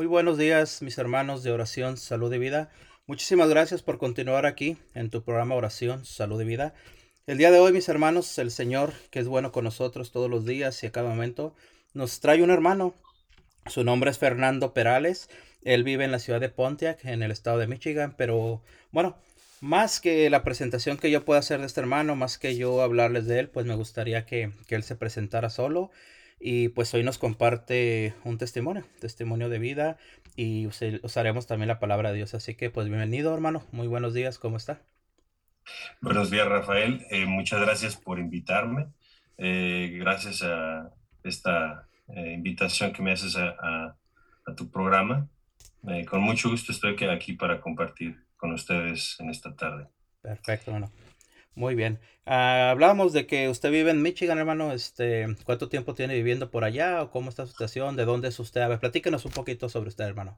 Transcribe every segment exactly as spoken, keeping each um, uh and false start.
Muy buenos días, mis hermanos de oración, salud y vida. Muchísimas gracias por continuar aquí en tu programa Oración, Salud y Vida. El día de hoy, mis hermanos, el Señor, que es bueno con nosotros todos los días y a cada momento, nos trae un hermano. Su nombre es Fernando Perales. Él vive en la ciudad de Pontiac, en el estado de Michigan, pero bueno, más que la presentación que yo pueda hacer de este hermano, más que yo hablarles de él, pues me gustaría que, que él se presentara solo y pues hoy nos comparte un testimonio, testimonio de vida y use- usaremos también la palabra de Dios. Así que pues bienvenido hermano, muy buenos días, ¿cómo está? Buenos días, Rafael. Eh, muchas gracias por invitarme. Eh, gracias a esta eh, invitación que me haces a, a- a tu programa. Eh, con mucho gusto estoy que- aquí para compartir con ustedes en esta tarde. Perfecto, hermano. Muy bien. Ah, hablábamos de que usted vive en Michigan, hermano. Este, ¿cuánto tiempo tiene viviendo por allá o cómo está su situación? ¿De dónde es usted? A ver, platíquenos un poquito sobre usted, hermano.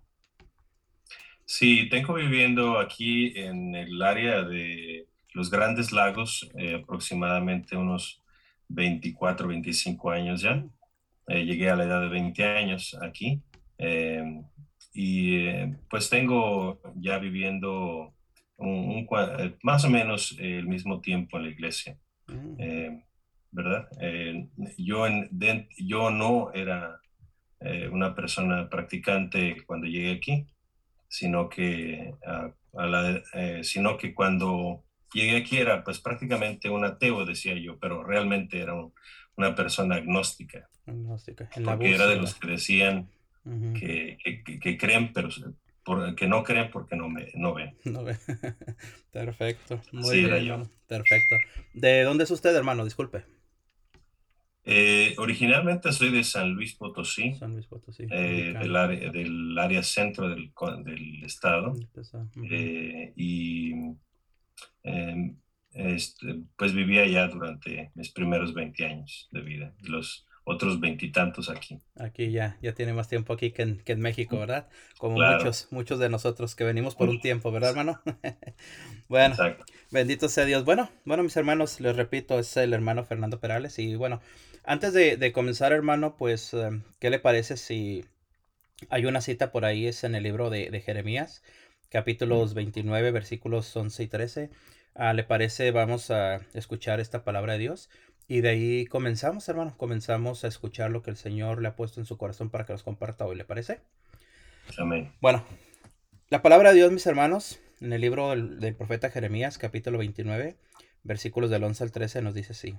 Sí, tengo viviendo aquí en el área de los Grandes Lagos, eh, aproximadamente unos veinticuatro, veinticinco años ya. Mm, Eh, llegué a la edad de veinte años aquí. eh, y eh, pues tengo ya viviendo un, un cua- eh, más o menos eh, el mismo tiempo en la iglesia, mm, eh, ¿verdad? Eh, yo, en, de- yo no era eh, una persona practicante cuando llegué aquí, sino que, a- a la- eh, sino que cuando llegué aquí era pues prácticamente un ateo, decía yo, pero realmente era un- una persona agnóstica, agnóstica, en la porque era de búsqueda. los que decían Ujú. que, que, que- que creen, pero por- que no creen porque no, me, no ven. No ve. Perfecto. Muy Así bien, era yo. hermano. Perfecto. ¿De dónde es usted, hermano? Disculpe. Eh, originalmente soy de San Luis Potosí, San Luis Potosí, eh, del mexicano. área, del área centro del, co- del estado, Empezó. Ujú. eh, y eh, este, pues vivía allá durante mis primeros veinte años de vida, y los otros veintitantos aquí. Aquí ya, ya tiene más tiempo aquí que en, que en México, ¿verdad? Como Claro, muchos, muchos de nosotros que venimos por un mucho. tiempo, ¿verdad, hermano? Bueno, Exacto. bendito sea Dios. Bueno, bueno, mis hermanos, les repito, es el hermano Fernando Perales. Y bueno, antes de, de comenzar, hermano, pues, eh, ¿qué le parece si hay una cita por ahí? Es en el libro de, de Jeremías, capítulos veintinueve, versículos once y trece. Ah, ¿le parece? Vamos a escuchar esta palabra de Dios. Y de ahí comenzamos, hermano. Comenzamos a escuchar lo que el Señor le ha puesto en su corazón para que nos comparta hoy. ¿Le parece? Amén. Bueno, la palabra de Dios, mis hermanos, en el libro del, del profeta Jeremías, capítulo veintinueve, versículos del once al trece, nos dice así.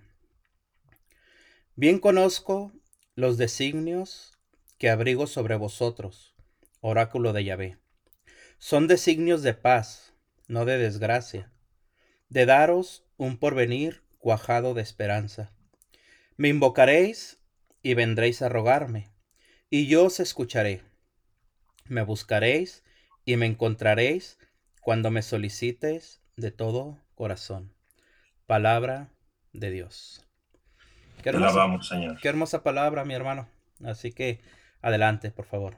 Bien conozco los designios que abrigo sobre vosotros, oráculo de Yahvé. Son designios de paz, no de desgracia, de daros un porvenir cuajado de esperanza. Me invocaréis y vendréis a rogarme, y yo os escucharé. Me buscaréis y me encontraréis cuando me solicitéis de todo corazón. Palabra de Dios. Qué Te hermosa, alabamos, Señor. qué hermosa palabra, mi hermano. Así que adelante, por favor.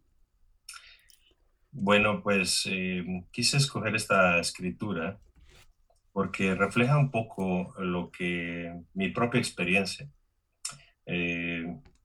Bueno, pues eh, quise escoger esta escritura porque refleja un poco lo que mi propia experiencia. Eh,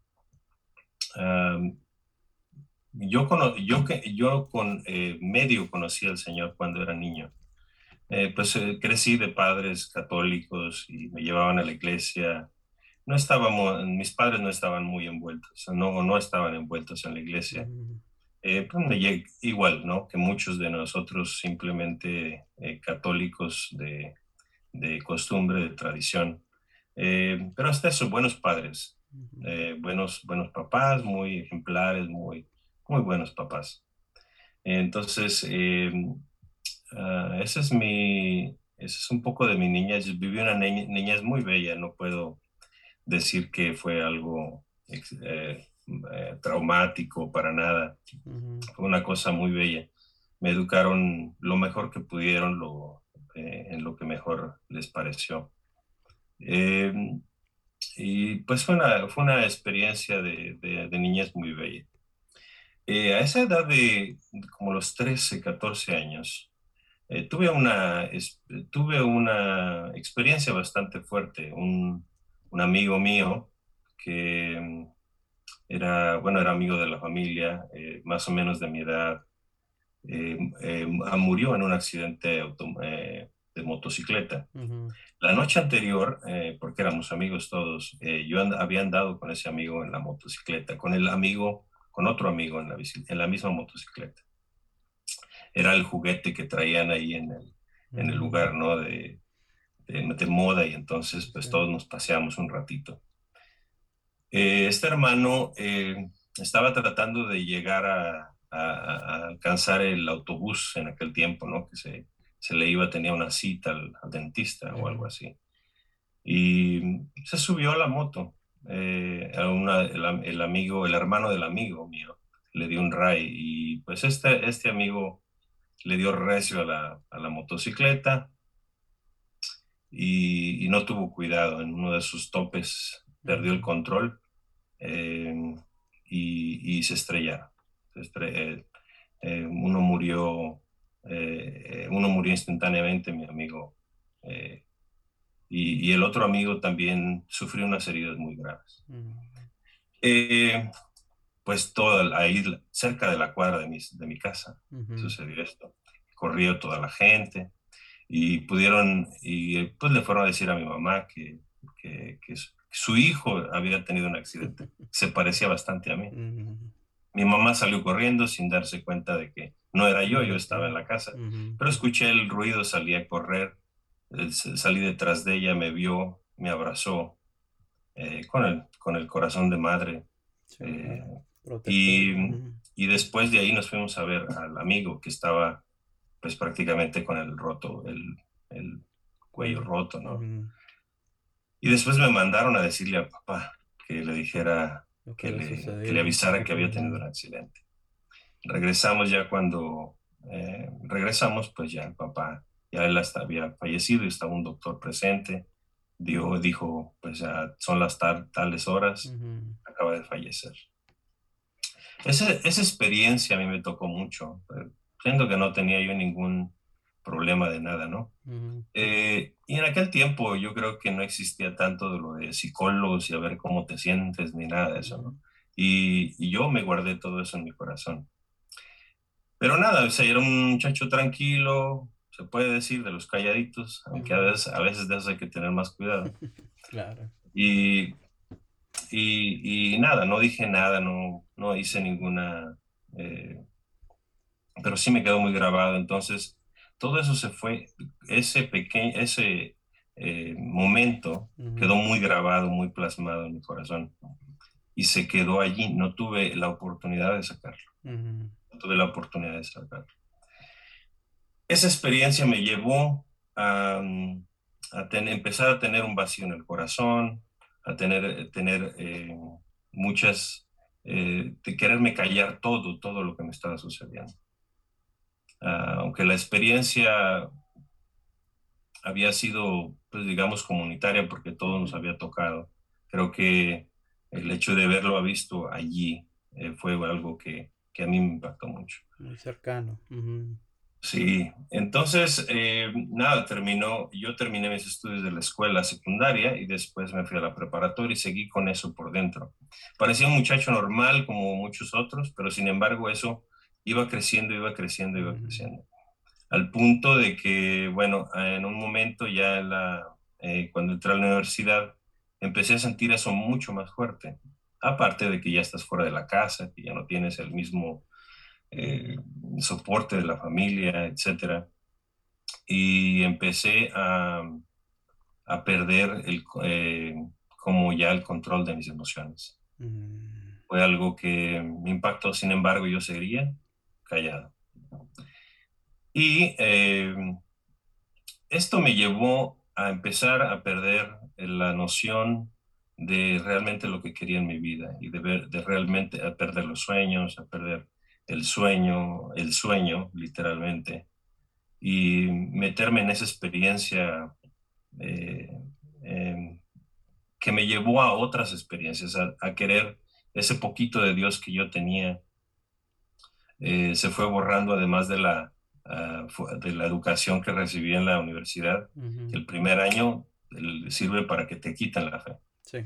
am, yo, cono- yo, que- yo con eh, medio conocí al Señor cuando era niño. Eh, pues eh, crecí de padres católicos y me llevaban a la iglesia. No estábamos, mis padres no estaban muy envueltos, no, no estaban envueltos en la iglesia. Mm, Eh, pues me lleg- igual, ¿no? Que muchos de nosotros simplemente eh, católicos de, de costumbre, de tradición. Eh, pero hasta eso, buenos padres, ujú. eh, buenos, buenos papás, muy ejemplares, muy, muy buenos papás. Entonces, eh, ah, ese es mi, ese es un poco de mi niñez. Viví una niña- niñez muy bella, no puedo decir que fue algo ex- eh, eh, traumático para nada. Ujú. Fue una cosa muy bella. Me educaron lo mejor que pudieron, lo, eh, en lo que mejor les pareció. Eh, y pues fue una, fue una experiencia de, de, de niñez muy bella. Eh, a esa edad de, de como los trece catorce años, eh, tuve una, es- tuve una experiencia bastante fuerte. Un, un amigo mío que era, bueno, era amigo de la familia, eh, más o menos de mi edad. Eh, eh, murió en un accidente auto- eh, de motocicleta. Ujú, La noche anterior, eh, porque éramos amigos todos, eh, yo and- había andado con ese amigo en la motocicleta, con el amigo, con otro amigo en la, bici- en la misma motocicleta. Era el juguete que traían ahí en el, en el ujú, lugar, ¿no? De, de, de moda, y entonces pues sí, todos nos paseamos un ratito. Eh, este hermano eh, estaba tratando de llegar a, a- a alcanzar el autobús en aquel tiempo, ¿no? Que se, se le iba, tenía una cita al, al dentista o algo ujú, así. Y se subió a la moto. Eh, a una- el, am- el amigo, el hermano del amigo mío, le dio un ray, y pues este, este amigo le dio recio a la, a la motocicleta, y, y no tuvo cuidado. En uno de sus topes perdió el ujú, control, eh, y, y se estrellaron. Se estre- eh, eh, uno murió, eh, uno murió instantáneamente, mi amigo, eh, y, y el otro amigo también sufrió unas heridas muy graves. ujú, Eh, pues toda ahí cerca de la cuadra de mi, de mi casa ujú, sucedió esto. Corrió toda la gente y pudieron, y pues le fueron a decir a mi mamá que, que, que su, su hijo había tenido un accidente. Se parecía bastante a mí. ujú, Mi mamá salió corriendo sin darse cuenta de que no era yo, no yo era estaba ti. en la casa, Ujú, pero escuché el ruido, salí a correr, eh, salí detrás de ella, me vio, me abrazó, eh, con el, con el corazón de madre. sí, eh, claro, protector. y, Ujú, y después de ahí nos fuimos a ver al amigo que estaba pues prácticamente con el roto, el, el cuello cuello. roto, ¿no? Ujú, Y después me mandaron a decirle a papá que le dijera, lo que que había le, que le sucedido. avisara que había tenido Ujú, un accidente. Regresamos ya cuando eh, regresamos, pues ya el papá, ya él hasta había fallecido y estaba un doctor presente. Dio, dijo, pues ya son las tal, tales horas, ujú, acaba de fallecer. Esa, esa experiencia a mí me tocó mucho. eh, Siento que no tenía yo ningún problema de nada, ¿no? ujú, Eh, y en aquel tiempo yo creo que no existía tanto de lo de psicólogos y a ver cómo te sientes ni nada de eso, ujú, ¿no? Y, y yo me guardé todo eso en mi corazón. Pero nada, o sea, era un muchacho tranquilo, se puede decir, de los calladitos, aunque a ujú. veces, a veces de eso hay que tener más cuidado. Claro. Y, y, y nada, no dije nada, no, no hice ninguna, eh, pero sí me quedó muy grabado. Entonces, todo eso se fue, ese pequeño, ese eh, momento quedó Ujú, muy grabado, muy plasmado en mi corazón, y se quedó allí. No tuve la oportunidad de sacarlo, ujú, no tuve la oportunidad de sacarlo. Esa experiencia me llevó a, mm, a ten- empezar a tener un vacío en el corazón, a tener, tener eh, muchas, eh, de quererme callar todo, todo lo que me estaba sucediendo. Ah, aunque la experiencia había sido, pues digamos, comunitaria porque todo nos ujú. había tocado, creo que el hecho de haberlo visto allí eh, fue algo que, que a mí me impactó mucho. Muy cercano. Ujú, Sí, entonces, eh, nada, terminó, yo terminé mis estudios de la escuela secundaria y después me fui a la preparatoria y seguí con eso por dentro. Parecía un muchacho normal como muchos otros, pero sin embargo eso iba creciendo, iba creciendo, iba ujú, creciendo. Al punto de que, bueno, en un momento ya en la, eh, cuando entré a la universidad, empecé a sentir eso mucho más fuerte. Aparte de que ya estás fuera de la casa, que ya no tienes el mismo eh, soporte de la familia, etcétera. Y empecé a, a perder el, eh, como ya el control de mis emociones. ujú, Fue algo que me impactó, sin embargo, yo seguía callado. Y eh, esto me llevó a empezar a perder la noción de realmente lo que quería en mi vida, y de, ver, de realmente a perder los sueños, a perder el sueño, el sueño, literalmente, y meterme en esa experiencia eh, eh, que me llevó a otras experiencias, a, a, querer ese poquito de Dios que yo tenía, eh, se fue borrando, además de la, uh, de la educación que recibí en la universidad, que ujú. el primer año el, sirve para que te quiten la fe. Sí,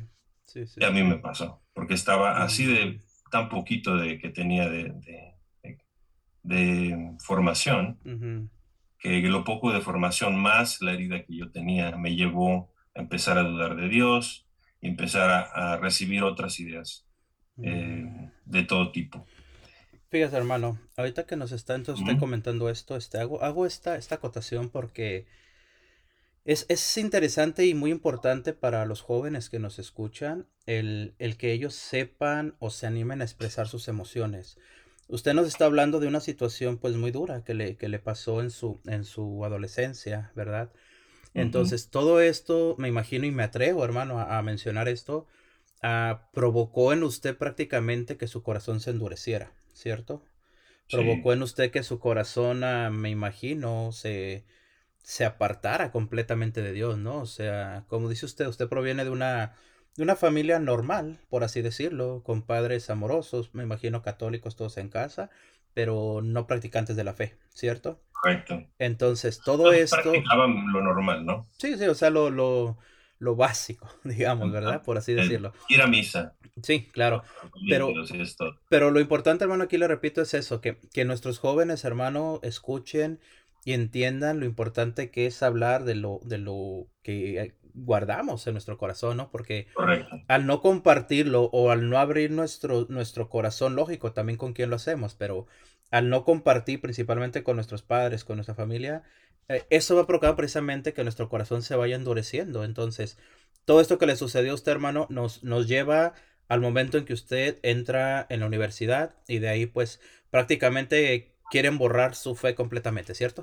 Sí, sí, Y a sí. mí me pasó, porque estaba así Mm, de tan poquito de que tenía de, de, de- de formación, ujú, que lo poco de formación más la herida que yo tenía me llevó a empezar a dudar de Dios y empezar a, a recibir otras ideas eh, mm. de todo tipo. Fíjate, hermano, ahorita que nos está entonces usted Ujú. comentando esto, este, hago, hago esta, esta acotación porque es, es interesante y muy importante para los jóvenes que nos escuchan el, el que ellos sepan o se animen a expresar sus emociones. Usted nos está hablando de una situación pues muy dura que le, que le pasó en su, en su adolescencia, ¿verdad? Ujú. Entonces, todo esto, me imagino y me atrevo, hermano, a, a mencionar esto, ah, provocó en usted prácticamente que su corazón se endureciera, ¿cierto? Sí, Provocó en usted que su corazón, ah, me imagino, se, se apartara completamente de Dios, ¿no? O sea, como dice usted, usted proviene de una, de una familia normal, por así decirlo, con padres amorosos, me imagino católicos todos en casa, pero no practicantes de la fe, ¿cierto? correcto. Entonces, todo Pues esto, practicaban lo normal, ¿no? sí, sí, o sea, lo, lo, lo básico, digamos, ¿verdad? Ajá. Por así El decirlo. ir a misa, Sí, claro. Pero, Dios y es todo. pero lo importante, hermano, aquí le repito, es eso, que, que nuestros jóvenes, hermano, escuchen y entiendan lo importante que es hablar de lo, de lo que eh, guardamos en nuestro corazón, ¿no? Porque Correcto, al no compartirlo o al no abrir nuestro, nuestro corazón, lógico, también con quién lo hacemos, pero al no compartir principalmente con nuestros padres, con nuestra familia, eh, eso va a provocar precisamente que nuestro corazón se vaya endureciendo. Entonces, todo esto que le sucedió a usted, hermano, nos, nos lleva al momento en que usted entra en la universidad y de ahí pues prácticamente quieren borrar su fe completamente, ¿cierto?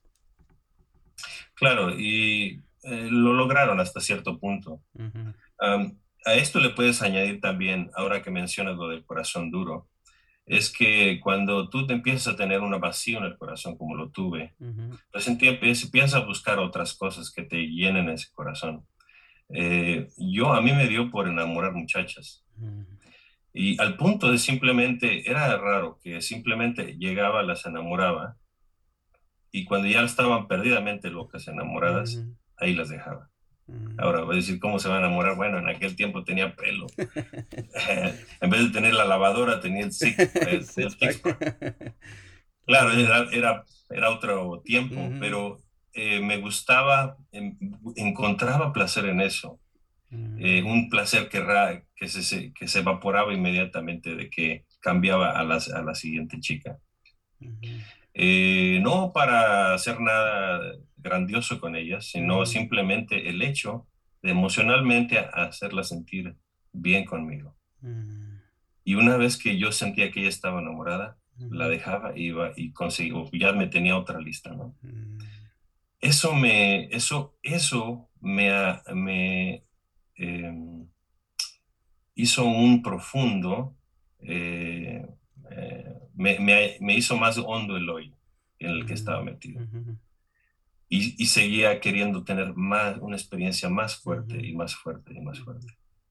claro, y eh, lo lograron hasta cierto punto. Ujú, Am, a esto le puedes añadir también, ahora que mencionas lo del corazón duro, es que cuando tú te empiezas a tener una vacío en el corazón como lo tuve, ujú, pues empiezas a buscar otras cosas que te llenen ese corazón. Eh, yo, a mí me dio por enamorar muchachas. ujú, Y al punto de simplemente, era raro que simplemente llegaba, las enamoraba y cuando ya estaban perdidamente locas, enamoradas, ujú, ahí las dejaba. ujú. Ahora voy a decir, ¿cómo se va a enamorar? Bueno, en aquel tiempo tenía pelo. En vez de tener la lavadora, tenía el six, eh, tenía el Six six pack. pack. Claro, Ujú, era, era, era otro tiempo, ujú, pero eh, me gustaba, em, encontraba placer en eso. Eh, ujú, un placer que, ra- que, se, se- que se evaporaba inmediatamente de que cambiaba a, las, a la siguiente chica. ujú, Eh, no para hacer nada grandioso con ellas, sino ujú, simplemente el hecho de emocionalmente a- hacerla sentir bien conmigo. ujú, Y una vez que yo sentía que ella estaba enamorada, la ujú, dejaba, iba y conseguía, ya me tenía otra lista, ¿no? ujú, Eso me, eso, eso me, ha- me em, hizo un profundo, eh, eh, me, me- me hizo más hondo el hoyo en el que estaba metido. ujú, Y, y seguía queriendo tener más, una experiencia más fuerte ujú, y más fuerte y más ujú, fuerte.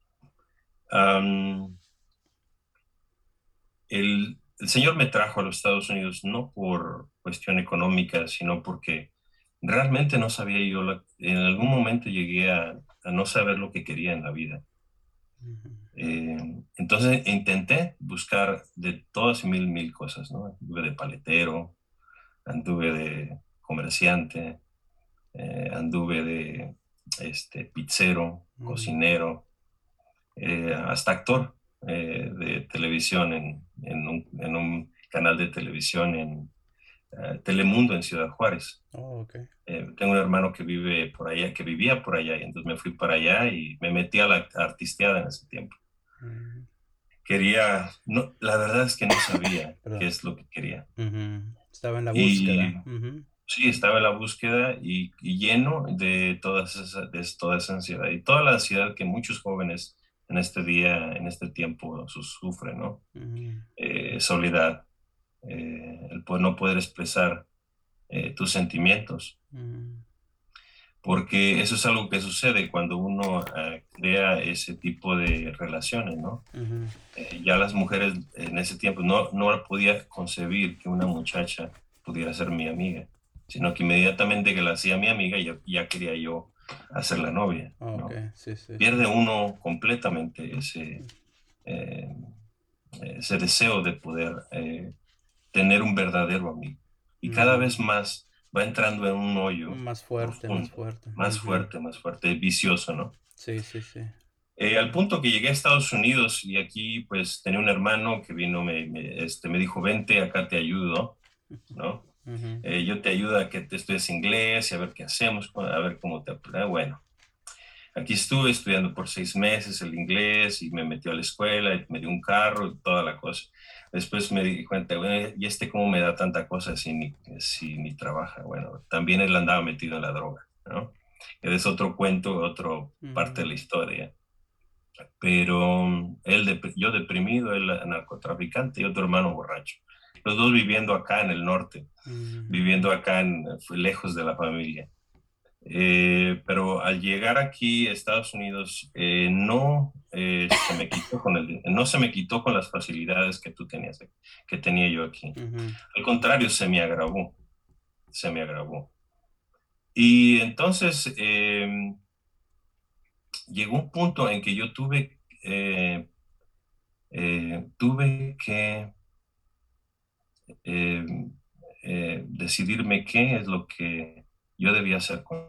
Am, el, el Señor me trajo a los Estados Unidos no por cuestión económica, sino porque realmente no sabía yo, la- en algún momento llegué a, a no saber lo que quería en la vida. ujú, Eh, entonces intenté buscar de todas y mil, mil cosas, ¿no? Anduve de paletero, anduve de comerciante, eh, anduve de este, pizzero, ujú. cocinero, eh, hasta actor eh, de televisión en, en un, en un canal de televisión en eh, Telemundo en Ciudad Juárez. Oh, ok. Eh, tengo un hermano que vive por allá, que vivía por allá, y entonces me fui para allá y me metí a la artisteada en ese tiempo. Ujú, Quería, no, la verdad es que no sabía qué perdón. es lo que quería. Ujú. Estaba en la Y búsqueda. Ujú, sí, estaba en la búsqueda y, y lleno de, todas esa, de toda esa ansiedad y toda la ansiedad que muchos jóvenes en este día, en este tiempo su- sufren, ¿no? ujú, Eh, soledad, eh, el poder, no poder expresar eh, tus sentimientos, ujú, porque eso es algo que sucede cuando uno eh, crea ese tipo de relaciones, ¿no? ujú, Eh, ya las mujeres en ese tiempo no, no podía concebir que una muchacha pudiera ser mi amiga, sino que inmediatamente que la hacía mi amiga ya, ya quería yo a ser la novia, Ok, ¿no? sí, sí, sí. Pierde uno completamente ese, eh, ese deseo de poder eh, tener un verdadero amigo. Y cada Ujú. vez más va entrando en un hoyo Más fuerte, más profundo, fuerte. más Ujú. fuerte, más fuerte, vicioso, ¿no? Sí, sí, sí. Eh, al punto que llegué a Estados Unidos y aquí pues tenía un hermano que vino, me, me, este, me dijo, vente, acá te ayudo, ¿no? Ujú. Eh, yo te ayudo a que te estudies inglés y a ver qué hacemos, a ver cómo te... Ah, bueno, aquí estuve estudiando por seis meses el inglés y me metió a la escuela, y me dio un carro y toda la cosa. Después me di cuenta, bueno, ¿y este cómo me da tanta cosa si ni, si ni trabaja? Bueno, también él andaba metido en la droga, ¿no? Es otro cuento, otra parte de Ujú. la historia. Pero mm, él, dep- yo deprimido, él narcotraficante y otro hermano borracho. Los dos viviendo acá en el norte, Ujú. viviendo acá en, fue lejos de la familia. Eh, pero al llegar aquí a Estados Unidos, eh, no, eh, se me quitó con el, no se me quitó con las facilidades que tú tenías, que tenía yo aquí. Ujú. Al contrario, se me agravó, se me agravó. Y entonces eh, llegó un punto en que yo tuve, eh, eh, tuve que eh, eh, decidirme qué es lo que yo debía hacer con.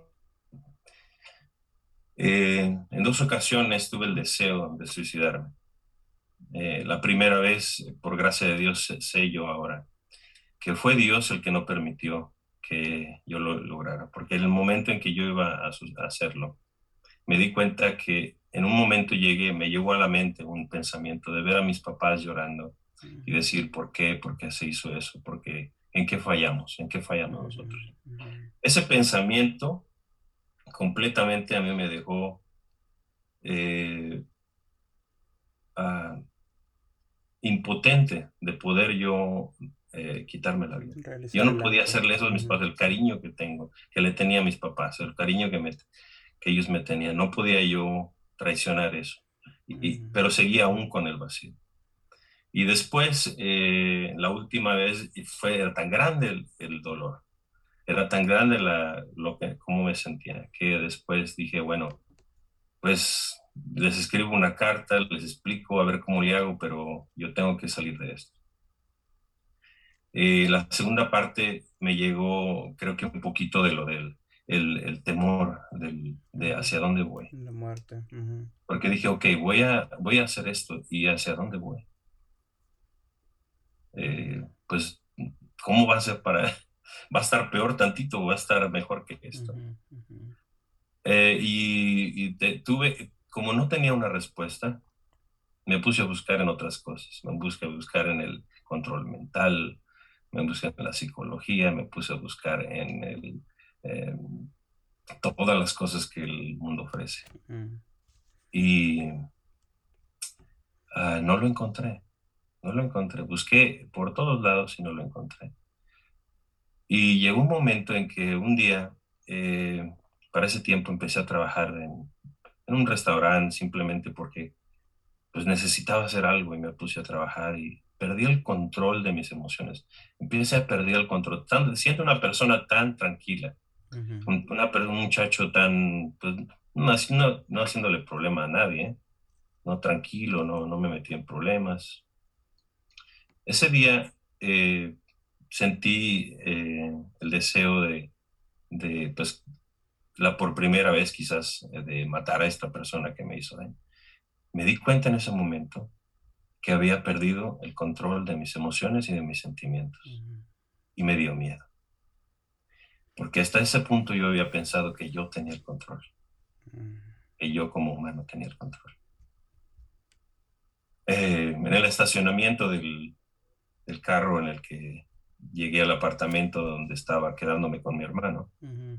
Eh, en dos ocasiones tuve el deseo de suicidarme. Eh, la primera vez, por gracia de Dios, sé sé yo ahora que fue Dios el que no permitió que yo lo lograra, porque en el momento en que yo iba a, su- a hacerlo, me di cuenta que en un momento llegué, me llegó a la mente un pensamiento de ver a mis papás llorando y Ujú. decir, ¿por qué? ¿Por qué se hizo eso? ¿Por qué? ¿En qué fallamos? ¿En qué fallamos Ujú. nosotros? Ujú. Ese pensamiento completamente a mí me dejó eh, ah, impotente de poder yo eh, quitarme la vida. Yo Realizar no el podía acto. hacerle eso a mis Ujú. padres, el cariño que tengo, que le tenía a mis papás, el cariño que, me, que ellos me tenían. No podía yo traicionar eso, y, y, Ujú. pero seguía aún con el vacío. Y después, eh, la última vez, fue era tan grande el, el dolor, era tan grande la, lo que, cómo me sentía, que después dije, bueno, pues les escribo una carta, les explico a ver cómo le hago, pero yo tengo que salir de esto. Eh, la segunda parte me llegó, creo que un poquito de lo del el, el temor del, de Ujú. hacia dónde voy. La muerte. Ujú. Porque dije, ok, voy a, voy a hacer esto y hacia dónde voy. Eh, pues, ¿cómo va a ser para, va a estar peor tantito o va a estar mejor que esto? Ujú. Ujú. Eh, y y te- tuve, como no tenía una respuesta, me puse a buscar en otras cosas. Me puse a buscar en el control mental, me puse en la psicología, me puse a buscar en el, eh, todas las cosas que el mundo ofrece. Ujú. Y ah, no lo encontré, no lo encontré. Busqué por todos lados y no lo encontré. Y llegó un momento en que un día, eh, para ese tiempo, empecé a trabajar en, en un restaurante simplemente porque pues necesitaba hacer algo y me puse a trabajar y perdí el control de mis emociones. Empecé a perder el control. Tan, siendo una persona tan tranquila, Ujú. un, una, un muchacho tan, pues, no, no, no haciéndole problema a nadie, ¿eh? No tranquilo, no, no me metí en problemas. Ese día eh, sentí eh, el deseo de, de, pues, la por primera vez quizás, eh, de matar a esta persona que me hizo daño. Me di cuenta en ese momento que había perdido el control de mis emociones y de mis sentimientos. Ujú. Y me dio miedo, porque hasta ese punto yo había pensado que yo tenía el control, Ujú. que yo como humano tenía el control. Eh, en el estacionamiento del, del carro en el que llegué al apartamento donde estaba quedándome con mi hermano, Ujú.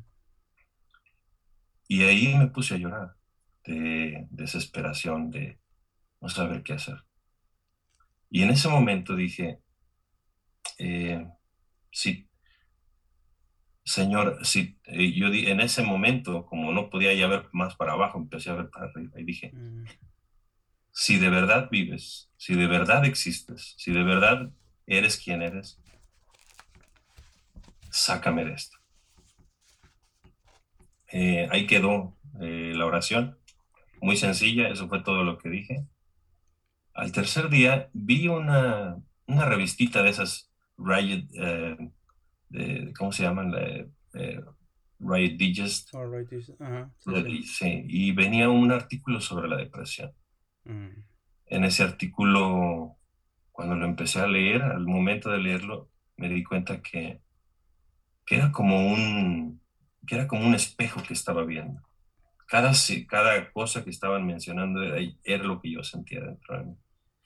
y ahí me puse a llorar de desesperación, de no saber qué hacer. Y en ese momento dije, eh, si Señor, si eh, yo di, en ese momento, como no podía ya ver más para abajo, empecé a ver para arriba y dije, Ujú. si de verdad vives, si de verdad existes, si de verdad eres quien eres, sácame de esto. Eh, ahí quedó eh, la oración, muy sencilla, eso fue todo lo que dije. Al tercer día vi una, una revistita de esas Riot, eh, de- ¿cómo se llaman? Eh, eh, Riot Digest, Alright, dice- ajá, sí, eh, sí. y sí, y venía un artículo sobre la depresión. Mm, En ese artículo, cuando lo empecé a leer, al momento de leerlo, me di cuenta que, que era como un, que era como un espejo que estaba viendo. Cada, si- cada cosa que estaban mencionando era, era lo que yo sentía dentro de mí.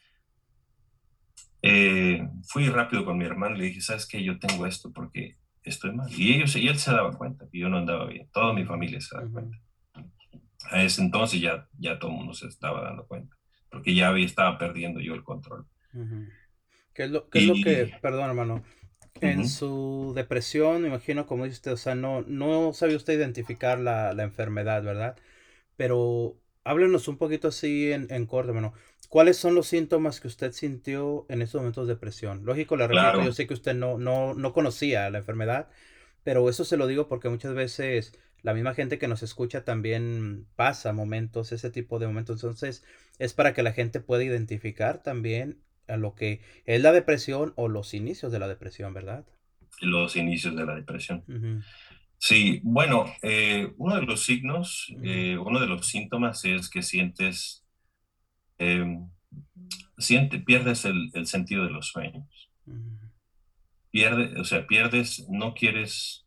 Eh, fui rápido con mi hermano y le dije, ¿sabes qué? Yo tengo esto porque estoy mal. Y ellos, y él se daba cuenta que yo no andaba bien. Toda mi ujú, familia se da ujú, cuenta. A ese entonces ya, ya todo el mundo se estaba dando cuenta, porque ya había, estaba perdiendo yo el control. ujú. ¿Qué es lo, qué es lo que, Y perdón, hermano, en ujú, su depresión, me imagino, como dice usted, o sea, no, no sabía usted identificar la, la enfermedad, ¿verdad? Pero háblenos un poquito así en, en corto, hermano. ¿Cuáles son los síntomas que usted sintió en estos momentos de depresión? Lógico, le repito, yo claro, sé que usted no, no, no conocía la enfermedad, pero eso se lo digo porque muchas veces la misma gente que nos escucha también pasa momentos, ese tipo de momentos. Entonces, es para que la gente pueda identificar también a lo que es la depresión o los inicios de la depresión, ¿verdad? los inicios de la depresión. Ujú, Sí, bueno, eh, uno de los signos, ujú, eh, uno de los síntomas es que sientes, eh, siente, pierdes el, el sentido de los sueños. ujú, Pierde, o sea, pierdes, no quieres,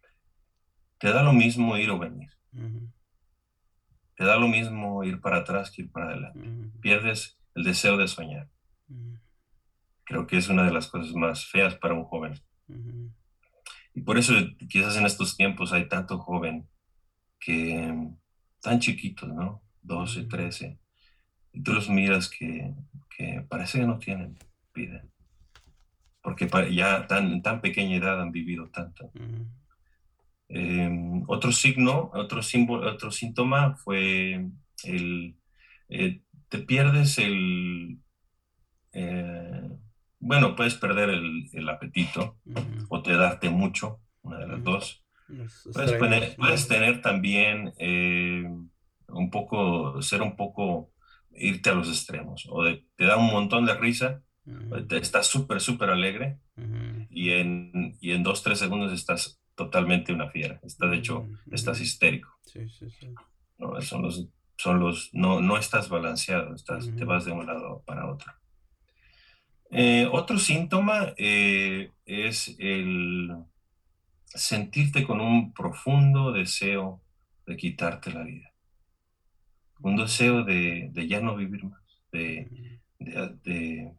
te da lo mismo ir o venir. ujú, Te da lo mismo ir para atrás que ir para adelante. ujú, Pierdes el deseo de soñar. ujú, Creo que es una de las cosas más feas para un joven. ujú, Y por eso quizás en estos tiempos hay tanto joven que tan chiquitos, ¿no? Doce, ujú, trece. Y tú los miras que, que parece que no tienen vida, porque pa- ya tan, en tan pequeña edad han vivido tanto. ujú, Eh, otro signo, otro símbolo, otro síntoma fue el, eh, te pierdes el, eh, bueno, puedes perder el, el apetito ujú, o te darte mucho, una de las ujú. dos. Los Puedes, extremos. poner- Ujú, puedes tener también eh, un poco, ser un poco, irte a los extremos, o de- te da un montón de risa, o ujú, te, estás súper, súper alegre ujú, y en, y en dos, tres segundos estás totalmente una fiera, estás hecho, ujú, estás ujú. histérico, Sí, sí, sí. ¿no? Son los, son los, no, no estás balanceado, estás, te Ujú, vas de un lado para otro. Eh, otro síntoma eh, es el sentirte con un profundo deseo de quitarte la vida, un deseo de, de ya no vivir más, de, ujú. de, de-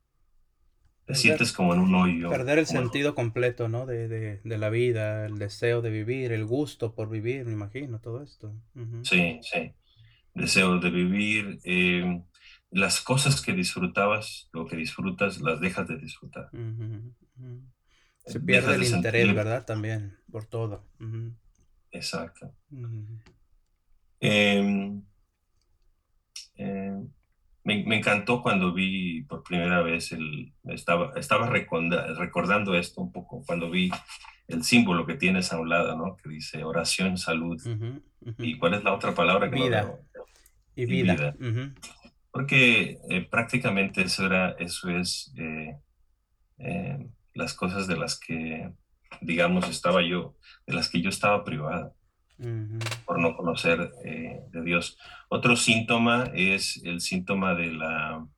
te Perder, sientes como en un hoyo, perder el como en- sentido completo, ¿no? De, de, de la vida, el deseo de vivir, el gusto por vivir, me imagino, todo esto. Ujú, sí, sí, deseo de vivir, eh, las cosas que disfrutabas, lo que disfrutas, las dejas de disfrutar, ujú, ujú. Se pierde dejas el de interés, sentir, ¿verdad? También, por todo. Ujú, exacto. ujú, Eh, eh, Me, me encantó cuando vi por primera vez el, estaba, estaba reconda- recordando esto un poco, cuando vi el símbolo que tienes a un lado, ¿no? Que dice oración, salud. ujú, ujú. ¿Y cuál es la otra palabra que no Vida veo? y Y vida. vida. Ujú, Porque eh, prácticamente eso era, eso es eh, eh, las cosas de las que, digamos, estaba yo, de las que yo estaba privado ujú, por no conocer eh, de Dios. Otro síntoma es el síntoma de la,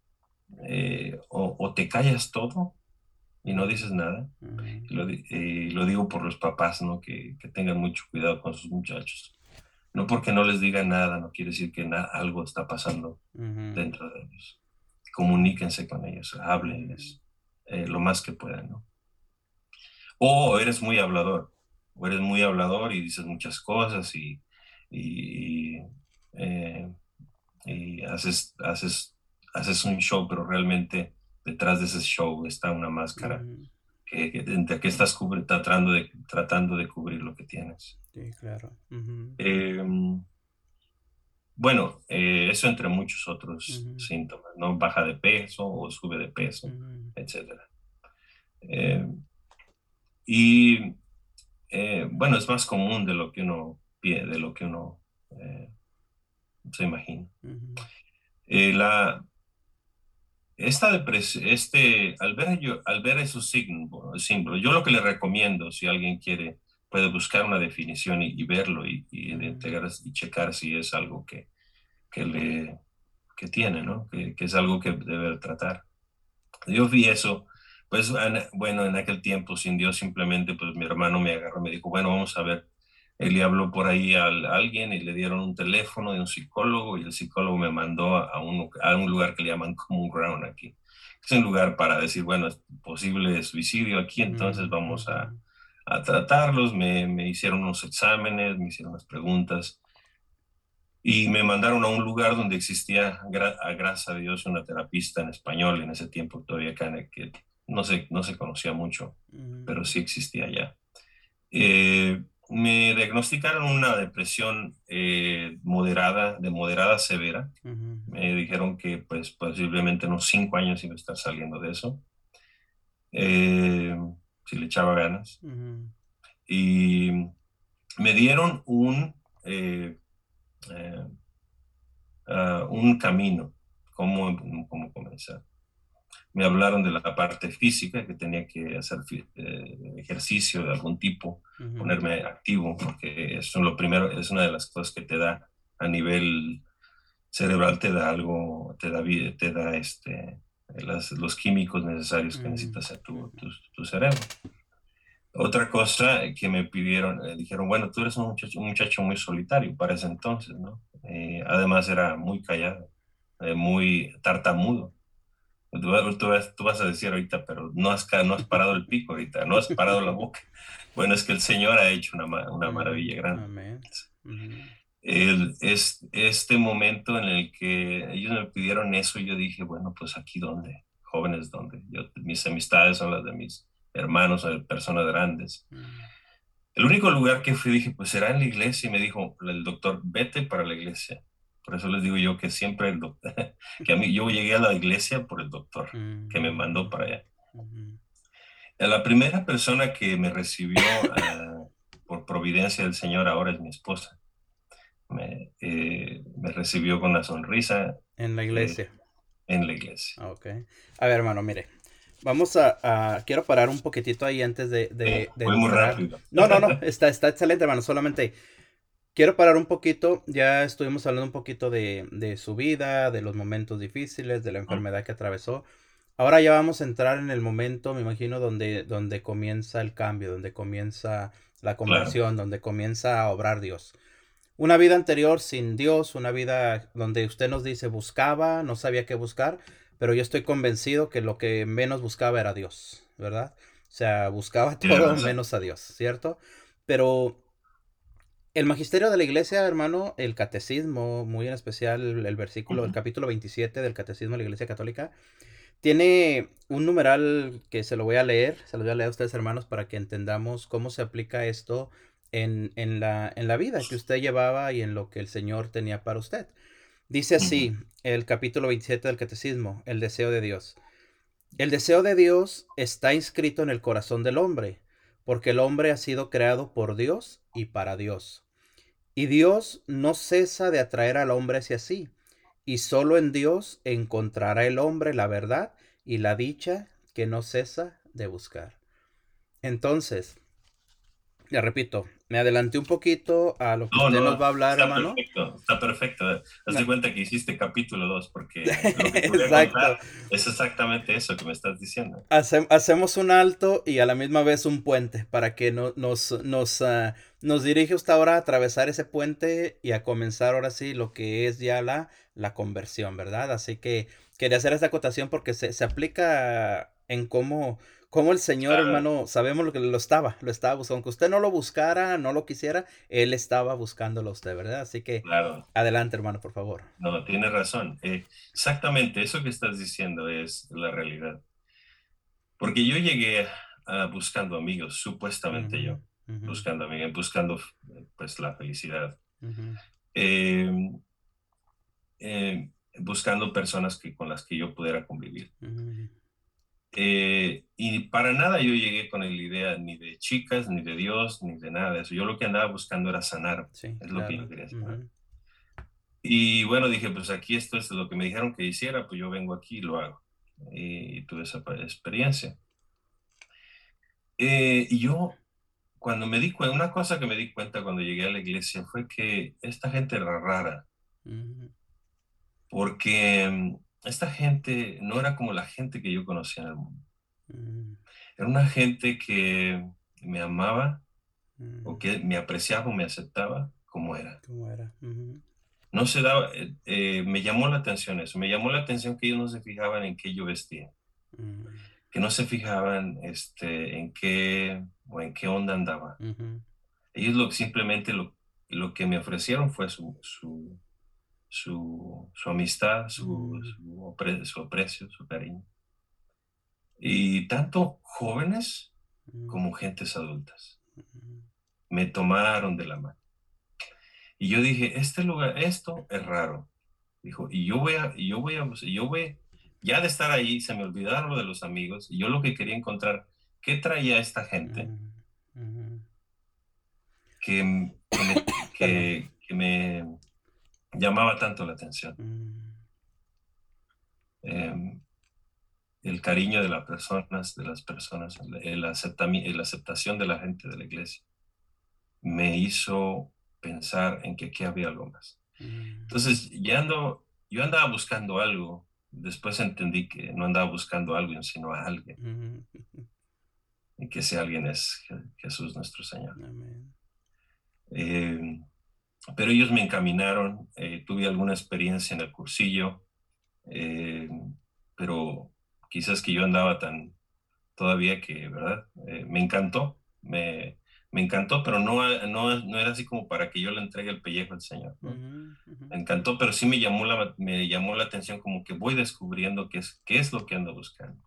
eh, o, o te callas todo y no ujú, dices nada. ujú, Y lo, di- eh, lo digo por los papás, ¿no? Que, que tengan mucho cuidado con sus muchachos. No porque no les diga nada, no quiere decir que na- algo está pasando ujú, dentro de ellos. Comuníquense con ellos, ujú, háblenles eh, lo más que puedan, ¿no? O eres muy hablador, o eres muy hablador y dices muchas cosas y, y, eh, y haces, haces, haces un show, pero realmente detrás de ese show está una máscara ujú. que, que, de que estás cubri- tratando de, tratando de cubrir lo que tienes. Sí, claro. Ujú, Eh, bueno, eh, eso entre muchos otros ujú, síntomas, ¿no? Baja de peso o sube de peso, ujú, etcétera. Eh, y eh, bueno, es más común de lo que uno, pie- de lo que uno eh, se imagina. Ujú, Eh, la, esta depresión, este, al ver, yo, al ver esos signos, símbolos, yo lo que le recomiendo, si alguien quiere, puede buscar una definición y, y verlo y, y, ujú, integrar y checar si es algo que, que le que tiene, ¿no? Que, que es algo que debe tratar. Yo vi eso, pues en- bueno, en aquel tiempo sin Dios simplemente, pues mi hermano me agarró, me dijo, bueno, vamos a ver. Él le habló por ahí al- a alguien y le dieron un teléfono de un psicólogo y el psicólogo me mandó a, a un, a un lugar que le llaman Common Ground aquí. Es un lugar para decir, bueno, es posible suicidio aquí, entonces ujú, vamos ujú, a, a tratarlos. Me, me hicieron unos exámenes, me hicieron unas preguntas y me mandaron a un lugar donde existía, gra- a gracias a Dios, una terapista en español en ese tiempo todavía acá, en el que no se, no se conocía mucho, ujú, pero sí existía ya. Eh, me diagnosticaron una depresión eh, moderada, de moderada a severa. ujú, Me dijeron que pues posiblemente en unos cinco años iba a estar saliendo de eso, eh, si le echaba ganas. ujú, Y me dieron un, eh, eh, ah, un camino, cómo, cómo comenzar. Me hablaron de la parte física, que tenía que hacer fi- eh, ejercicio de algún tipo, ujú, ponerme activo, porque eso es lo primero, es una de las cosas que te da a nivel cerebral, te da algo, te da, vi- te da este, las- los químicos necesarios que ujú, necesitas en tu, ujú, tu, tu cerebro. Otra cosa que me pidieron, eh, dijeron, bueno, tú eres un muchacho, un muchacho muy solitario para ese entonces, ¿no? Eh, además era muy callado, eh, muy tartamudo. Tú, vas tú vas- tú vas a decir ahorita, pero no has, ca- no has parado el pico ahorita, no has parado la boca. Bueno, es que el Señor ha hecho una, ma- una ujú. maravilla grande. Amén. Ujú, El, es, este momento en el que ellos me pidieron eso, yo dije, bueno, pues aquí dónde, jóvenes, dónde. Yo, mis amistades son las de mis hermanos o de personas grandes. ujú, El único lugar que fui, dije, pues será en la iglesia, y me dijo el doctor, vete para la iglesia. Por eso les digo yo que siempre el doctor, que a mí, yo llegué a la iglesia por el doctor, que me mandó para ujú, allá. ujú, La primera persona que me recibió ah, por providencia del Señor ahora es mi esposa. Me, eh, me recibió con una sonrisa en la eh, iglesia. en la iglesia. Ok. A ver, hermano, mire. Vamos a, a- quiero parar un poquitito ahí antes de, Sí, de, de fue muy entrar. rápido. No, no, no, está, está excelente, hermano. Solamente quiero parar un poquito. Ya estuvimos hablando un poquito de, de su vida, de los momentos difíciles, de la enfermedad que atravesó. Ahora ya vamos a entrar en el momento, me imagino, donde, donde comienza el cambio, donde comienza la Claro, conversión, donde comienza a obrar Dios. Una vida anterior sin Dios, una vida donde usted nos dice buscaba, no sabía qué buscar, pero yo estoy convencido que lo que menos buscaba era Dios, ¿verdad? O sea, buscaba tienes todo razón. menos a Dios, ¿cierto? Pero el magisterio de la iglesia, hermano, el catecismo, muy en especial el, el versículo, el Ujú, capítulo veintisiete del catecismo de la iglesia católica, tiene un numeral que se lo voy a leer, se lo voy a leer a ustedes, hermanos, para que entendamos cómo se aplica esto en, en la, en la vida que usted llevaba y en lo que el Señor tenía para usted. Dice ujú, así el capítulo veintisiete del Catecismo, el deseo de Dios. El deseo de Dios está inscrito en el corazón del hombre, porque el hombre ha sido creado por Dios y para Dios. Y Dios no cesa de atraer al hombre hacia sí, y solo en Dios encontrará el hombre la verdad y la dicha que no cesa de buscar. Entonces, ya repito, me adelanté un poquito a lo que no, usted nos no, va a hablar, está hermano. perfecto, está perfecto. Haz Me- de cuenta que hiciste capítulo dos, porque lo que te voy a Exacto. contar es exactamente eso que me estás diciendo. Hace- hacemos un alto y a la misma vez un puente para que no, nos, nos, ah, nos dirige usted ahora a atravesar ese puente y a comenzar ahora sí lo que es ya la, la conversión, ¿verdad? Así que quería hacer esta acotación porque se, se aplica en cómo, cómo el Señor, Claro, hermano, sabemos lo que lo estaba, lo estaba buscando. Aunque usted no lo buscara, no lo quisiera, Él estaba buscándolo a usted, ¿verdad? Así que claro, adelante, hermano, por favor. no, tienes razón. Eh, exactamente, eso que estás diciendo es la realidad. Porque yo llegué ah, buscando amigos, supuestamente Ujú, yo, ujú, buscando amigos, buscando pues la felicidad. ujú, Eh, eh, Buscando personas que, con las que yo pudiera convivir. ujú, Eh, y para nada yo llegué con la idea ni de chicas, ni de Dios, ni de nada de eso. Yo lo que andaba buscando era sanar, Sí, es lo que yo claro. quería sanar. Ujú, Y bueno, dije, pues aquí esto es lo que me dijeron que hiciera, pues yo vengo aquí y lo hago. Y tuve esa pa- experiencia. Eh, y yo, cuando me di cuenta, una cosa que me di cuenta cuando llegué a la iglesia fue que esta gente era rara, ujú, porque mm, esta gente no era como la gente que yo conocía en el mundo. ujú, Era una gente que me amaba o ujú. que me apreciaba o me aceptaba como era. ¿Cómo era? Ujú, No se daba, eh, eh, me llamó la atención eso, me llamó la atención que ellos no se fijaban en qué yo vestía, ujú, que no se fijaban este, en qué o en qué onda andaba. ujú, Ellos lo, simplemente lo, lo que me ofrecieron fue su, su, su, su amistad, su, ujú, su, apre- su aprecio, su cariño. Y tanto jóvenes ujú, como gentes adultas ujú, me tomaron de la mano. Y yo dije, este lugar, esto es raro. Dijo, y yo voy a, y yo voy a, y yo voy, ya de estar ahí, se me olvidaron lo de los amigos, y yo lo que quería encontrar, ¿qué traía esta gente ujú, ujú. que, que me, Perdón. que, que me llamaba tanto la atención? Mm, Eh, el cariño de las personas, de las personas, el, aceptami- la aceptación de la gente de la iglesia, me hizo pensar en que aquí había algo más. mm, Entonces, ya ando, yo andaba buscando algo, después entendí que no andaba buscando a alguien, sino a alguien, ujú. y que ese alguien es Je- Jesús nuestro Señor. Amén. Eh, pero ellos me encaminaron, eh, tuve alguna experiencia en el cursillo, eh, pero quizás que yo andaba tan todavía que, ¿verdad? Eh, me encantó, me, me encantó, pero no, no, no era así como para que yo le entregue el pellejo al Señor, ¿no? Ujú, ujú, Me encantó, pero sí me llamó la, me llamó la atención como que voy descubriendo qué es, qué es lo que ando buscando.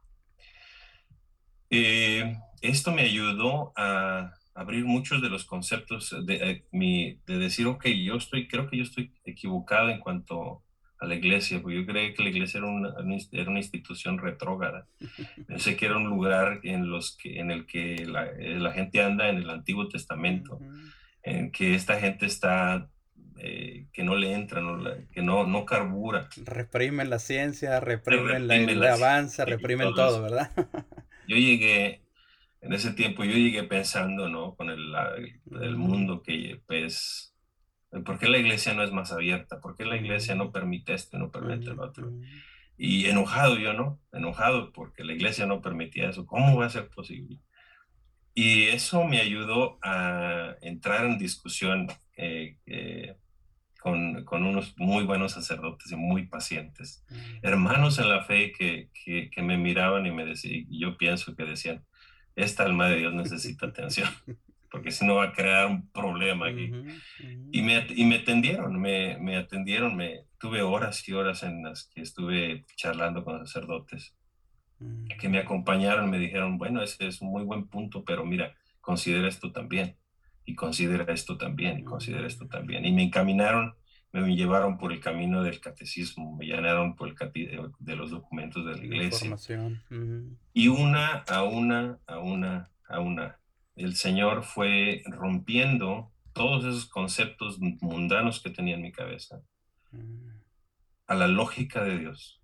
Eh, esto me ayudó a abrir muchos de los conceptos de, eh, mi, de decir, ok, yo estoy, creo que yo estoy equivocado en cuanto a la iglesia, porque yo creía que la iglesia era una, era una institución retrógrada. Pensé que era un lugar en, los que, en el que la, eh, la gente anda en el Antiguo Testamento, ujú. en que esta gente está, eh, que no le entra, no la- que no, no carbura, Reprimen la ciencia, se reprimen la- reprime el la avance, ciencia y reprimen todo todo, eso. ¿verdad? Yo llegué, en ese tiempo, yo llegué pensando, ¿no? Con el, la- el Ujú, mundo que, pues, ¿por qué la iglesia no es más abierta? ¿Por qué la iglesia no ujú, permite esto y no permite ujú, lo otro? ujú, Y enojado yo, ¿no? Enojado porque la iglesia no permitía eso. ¿Cómo va a ser posible? Y eso me ayudó a entrar en discusión eh, eh, con, con unos muy buenos sacerdotes y muy pacientes. Hermanos en la fe que, que, que me miraban y me decían, y yo pienso que decían, esta alma de Dios necesita atención, porque si no va a crear un problema aquí. ujú, ujú, Y me, y me atendieron, me, me atendieron, me, tuve horas y horas en las que estuve charlando con sacerdotes que me ujú, acompañaron, me dijeron, bueno, ese es un muy buen punto, pero mira, considera esto también, y considera esto también, y considera esto ujú. también. Y me encaminaron, me llevaron por el camino del catecismo, me llenaron por el cati de los documentos de la La iglesia. información. Ujú, Y una a una, a una, a una, el Señor fue rompiendo todos esos conceptos mundanos que tenía en mi cabeza ujú, a la lógica de Dios.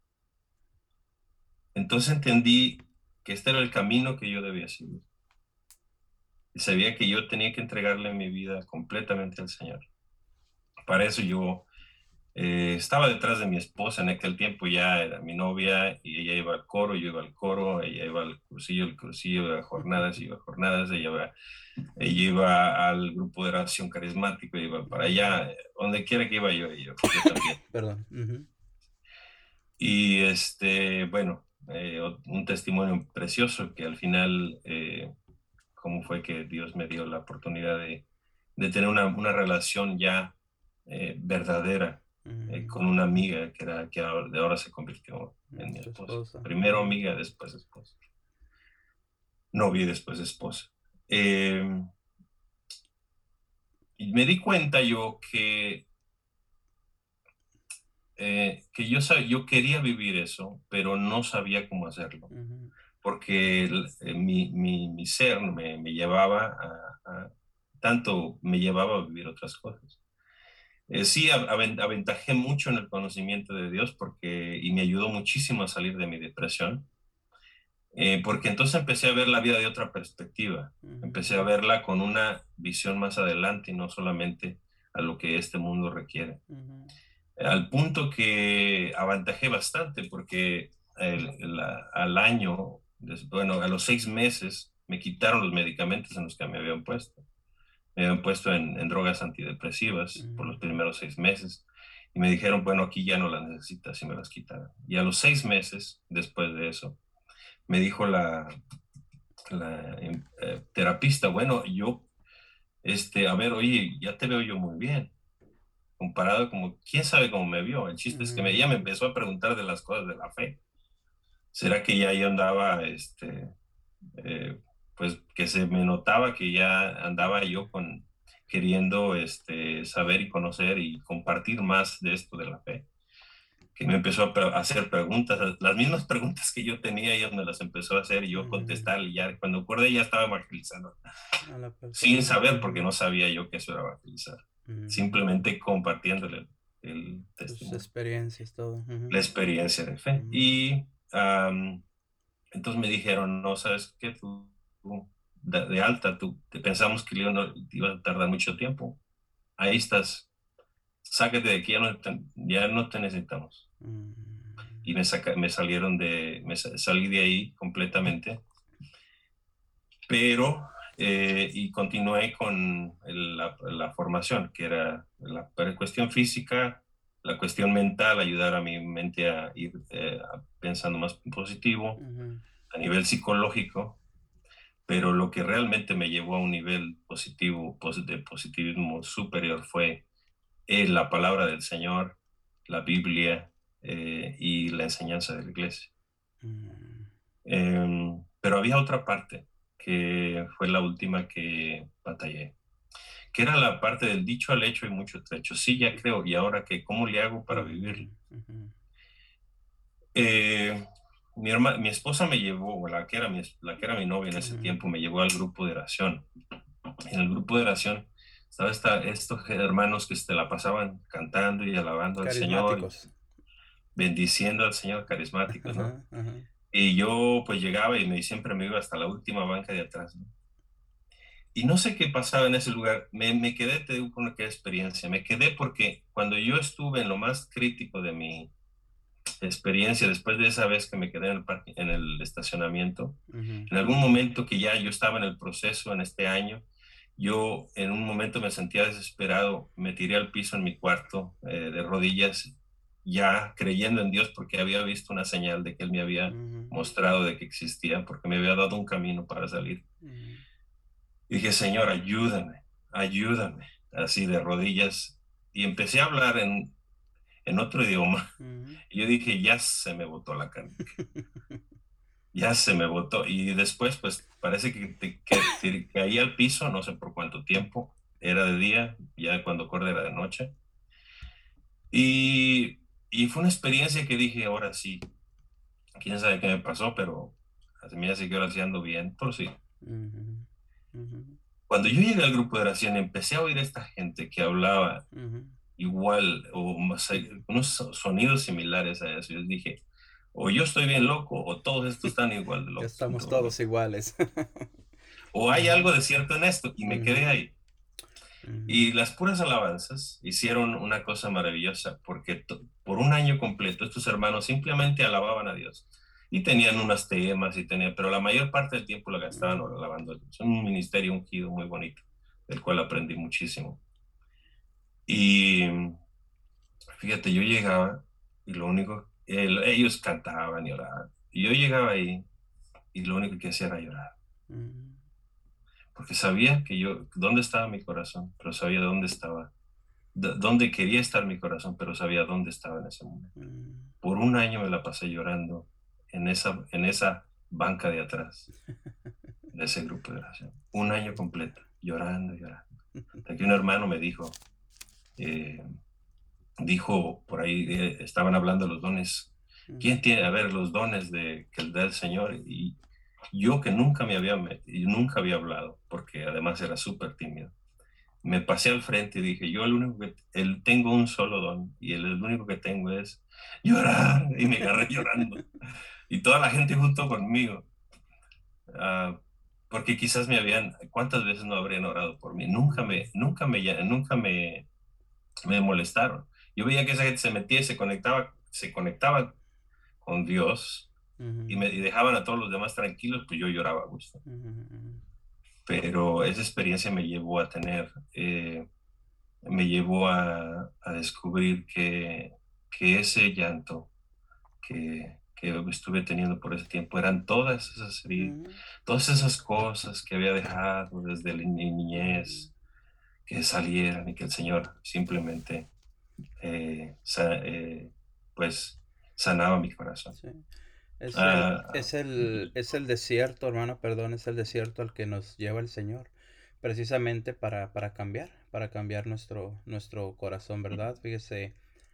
Entonces entendí que este era el camino que yo debía seguir. Y sabía que yo tenía que entregarle mi vida completamente al Señor. Para eso yo eh, estaba detrás de mi esposa en aquel tiempo, ya era mi novia y ella iba al coro, yo iba al coro, ella iba al cursillo, el cursillo, iba a jornadas, iba a jornadas, ella iba, ella iba al grupo de oración carismático, iba para ujú. allá, donde quiera que iba yo, yo, yo también. Perdón. Ujú, Y este, bueno, eh, un testimonio precioso que al final eh, cómo fue que Dios me dio la oportunidad de, de tener una, una relación ya eh, verdadera eh, ujú. con una amiga que, era, que ahora, de ahora se convirtió en Mm, mi tu esposa. esposa. Primero Ujú, amiga, después esposa. Novia y después esposa. Eh, y me di cuenta yo que eh, que yo, sab- yo quería vivir eso, pero no sabía cómo hacerlo, Ujú, porque el- eh, mi, mi, mi ser me, me llevaba a, a- tanto me llevaba a vivir otras cosas. Eh, sí, a- aven- aventajé mucho en el conocimiento de Dios porque, y me ayudó muchísimo a salir de mi depresión, eh, porque entonces empecé a ver la vida de otra perspectiva, ujú, empecé a verla con una visión más adelante y no solamente a lo que este mundo requiere. ujú, Al punto que aventajé bastante porque el- el- al año, des- bueno, a los seis meses me quitaron los medicamentos en los que me habían puesto. Me habían puesto en, en drogas antidepresivas por los ujú, primeros seis meses y me dijeron, bueno, aquí ya no las necesitas y me las quitaron. Y a los seis meses después de eso, me dijo la, la em, eh, terapista, bueno, yo, este, a ver, oye, ya te veo yo muy bien comparado como, quién sabe cómo me vio. El chiste es que me, ujú, ella me empezó a preguntar de las cosas de la fe. ¿Será que ya yo andaba, este, eh, pues que se me notaba que ya andaba yo con queriendo, este, saber y conocer y compartir más de esto de la fe? Que me empezó a, pre- a hacer preguntas, las mismas preguntas que yo tenía, ella me las empezó a hacer y yo ujú. contestar y ya cuando acordé ya estaba evangelizando, A la sin persona. saber porque Ujú, no sabía yo que eso era evangelizar, ujú. simplemente compartiéndole el, el Tus testimonio, experiencias, todo. la Ujú, experiencia de fe. ujú, Y um, entonces me dijeron, no, ¿sabes qué? Tú, tú de, de, alta, tú te pensamos que León no, iba a tardar mucho tiempo. Ahí estás, sácate de aquí, ya no te, ya no te necesitamos. ujú, Y me, saca, me salieron de, me salí de ahí completamente, pero, eh, y continué con el, la, la, formación, que era la, la cuestión física, la cuestión mental, ayudar a mi mente a ir eh, pensando más positivo, ujú, a nivel psicológico, pero lo que realmente me llevó a un nivel positivo, de positivismo superior fue eh, la palabra del Señor, la Biblia eh, y la enseñanza de la iglesia. ujú, Eh, pero había otra parte que fue la última que batallé, que era la parte del dicho al hecho y mucho trecho. Sí, ya creo, y ahora que, ¿cómo le hago para ujú, vivir? ujú, Eh, mi, herma, mi esposa me llevó, la que, era mi, la que era mi novia en ese ujú. tiempo, me llevó al grupo de oración. En el grupo de oración estaba esta, estos hermanos que se la pasaban cantando y alabando al Señor y Carismáticos. bendiciendo al Señor, carismáticos, ¿no? Ajá, ajá. Y yo pues llegaba y me, siempre me iba hasta la última banca de atrás, ¿no? Y no sé qué pasaba en ese lugar, me, me quedé, te digo, con aquella experiencia, me quedé porque cuando yo estuve en lo más crítico de mi experiencia, después de esa vez que me quedé en el, parque, en el estacionamiento, Ujú, en algún momento que ya yo estaba en el proceso en este año, yo en un momento me sentía desesperado, me tiré al piso en mi cuarto eh, de rodillas, ya creyendo en Dios porque había visto una señal de que Él me había ujú, mostrado de que existía, porque me había dado un camino para salir. ujú, Y dije, Señor, ayúdame, ayúdame, así de rodillas. Y empecé a hablar en, en otro idioma. ujú. Y yo dije, ya se me botó la canica, ya se me botó. Y después, pues parece que, te, que te caí al piso, no sé por cuánto tiempo, era de día, ya cuando acordé era de noche. Y, y fue una experiencia que dije, ahora sí, quién sabe qué me pasó, pero a mí así que ahora sí ando bien, pero sí. Ujú, ujú, Cuando yo llegué al grupo de oración, empecé a oír a esta gente que hablaba ujú. igual o más, unos sonidos similares a eso. Yo dije, o yo estoy bien loco o todos estos están igual de locos, son Estamos todos todos locos. iguales. O hay Ajá, algo de cierto en esto y me quedé ujú, ahí. ujú, Y las puras alabanzas hicieron una cosa maravillosa porque to- por un año completo estos hermanos simplemente alababan a Dios. Y tenían unos temas y tenían, pero la mayor parte del tiempo la gastaban ujú, alabando a Dios. Un ministerio ungido muy bonito, del cual aprendí muchísimo. Y fíjate, yo llegaba y lo único, el- ellos cantaban y oraban. Y yo llegaba ahí y lo único que hacía era llorar. ujú, Porque sabía que yo, dónde estaba mi corazón, pero sabía dónde estaba, d- dónde quería estar mi corazón, pero sabía dónde estaba en ese momento. ujú. Por un año me la pasé llorando en esa, en esa banca de atrás de ese grupo de oración. Un año completo, llorando, llorando. Hasta que un hermano me dijo, eh, dijo por ahí, eh, estaban hablando de los dones. ¿Quién ujú, tiene, a ver, los dones de, que da el Señor? Y yo que nunca me había, me- y nunca había hablado, porque además era súper tímido. Me pasé al frente y dije, yo el único que, el, tengo un solo don y el, el único que tengo es llorar. Y me agarré llorando. Y toda la gente junto conmigo. Ah, porque quizás me habían, ¿cuántas veces no habrían orado por mí? Nunca ujú, me, nunca me, lla- nunca me, me molestaron. Yo veía que esa gente se metía y se conectaba, se conectaba con Dios y ujú, me y dejaban a todos los demás tranquilos, pues yo lloraba a gusto. ujú, ujú, Pero esa experiencia me llevó a tener, eh, me llevó a, a descubrir que, que ese llanto que, que estuve teniendo por ese tiempo eran todas esas heridas, ujú, todas esas cosas que había dejado desde la ni- ujú. niñez, que salieran y que el Señor simplemente eh, sa- eh, pues sanaba mi corazón. Sí. Es el, Ah, es el, es el desierto, hermano, perdón, es el desierto al que nos lleva el Señor, precisamente para, para cambiar, para cambiar nuestro, nuestro corazón, ¿verdad? Fíjese,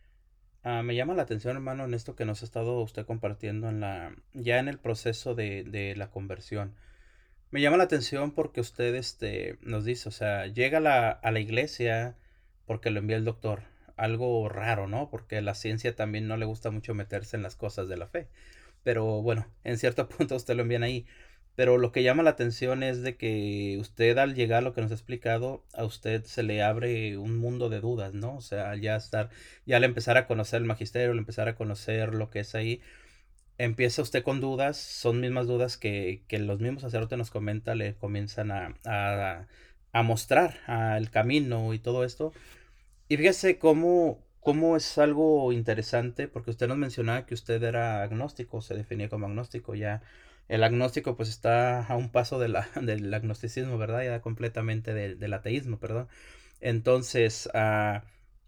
ah, me llama la atención, hermano, en esto que nos ha estado usted compartiendo en la, ya en el proceso de, de la conversión. Me llama la atención porque usted, este, nos dice, o sea, llega a la, a la iglesia porque lo envía el doctor. Algo raro, ¿no? Porque a la ciencia también no le gusta mucho meterse en las cosas de la fe. Pero bueno, en cierto punto usted lo envían ahí. Pero lo que llama la atención es de que usted al llegar a lo que nos ha explicado, a usted se le abre un mundo de dudas, ¿no? O sea, ya estar, ya al empezar a conocer el magisterio, al empezar a conocer lo que es ahí, empieza usted con dudas, son mismas dudas que, que los mismos sacerdotes nos comenta, le comienzan a, a, a mostrar a el camino y todo esto. Y fíjese cómo, cómo es algo interesante, porque usted nos mencionaba que usted era agnóstico, se definía como agnóstico, ya el agnóstico pues está a un paso de la, del agnosticismo, ¿verdad? Ya completamente del, del ateísmo, perdón. Entonces, uh,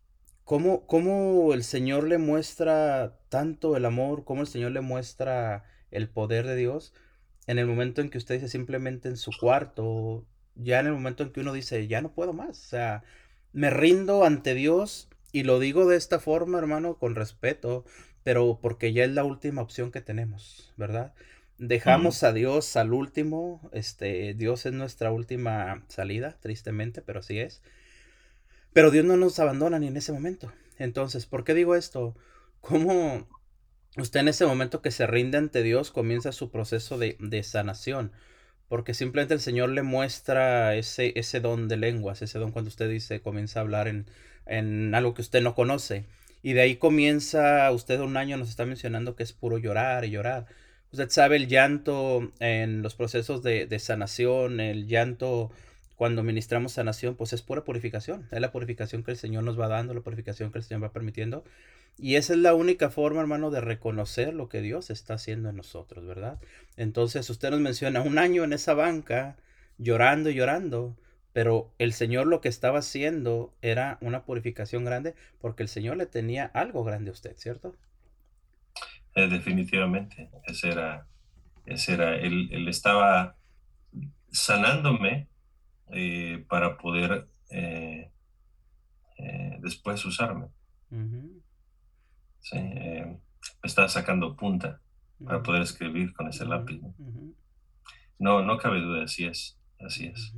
¿cómo, cómo el Señor le muestra tanto el amor, cómo el Señor le muestra el poder de Dios en el momento en que usted dice simplemente en su cuarto, ya en el momento en que uno dice, ya no puedo más, o sea, me rindo ante Dios y lo digo de esta forma, hermano, con respeto, pero porque ya es la última opción que tenemos, ¿verdad? ujú. Dejamos a Dios al último, este, Dios es nuestra última salida, tristemente, pero así es. Pero Dios no nos abandona ni en ese momento. Entonces, ¿por qué digo esto? ¿Cómo usted en ese momento que se rinde ante Dios comienza su proceso de, de sanación? Porque simplemente el Señor le muestra ese, ese don de lenguas, ese don cuando usted dice, comienza a hablar en, en algo que usted no conoce. Y de ahí comienza, usted un año nos está mencionando que es puro llorar y llorar. Usted sabe el llanto en los procesos de, de sanación, el llanto cuando ministramos sanación, pues es pura purificación. Es la purificación que el Señor nos va dando, la purificación que el Señor va permitiendo. Y esa es la única forma, hermano, de reconocer lo que Dios está haciendo en nosotros, ¿verdad? Entonces, usted nos menciona un año en esa banca, llorando y llorando, pero el Señor lo que estaba haciendo era una purificación grande, porque el Señor le tenía algo grande a usted, ¿cierto? Eh, definitivamente, ese era, ese era, él, él estaba sanándome eh, para poder eh, eh, después usarme. Ujú, ¿Sí? Eh, me estaba sacando punta para ujú, poder escribir con ese ujú, lápiz. ¿No? ujú, No, no cabe duda, así es, así es. ujú,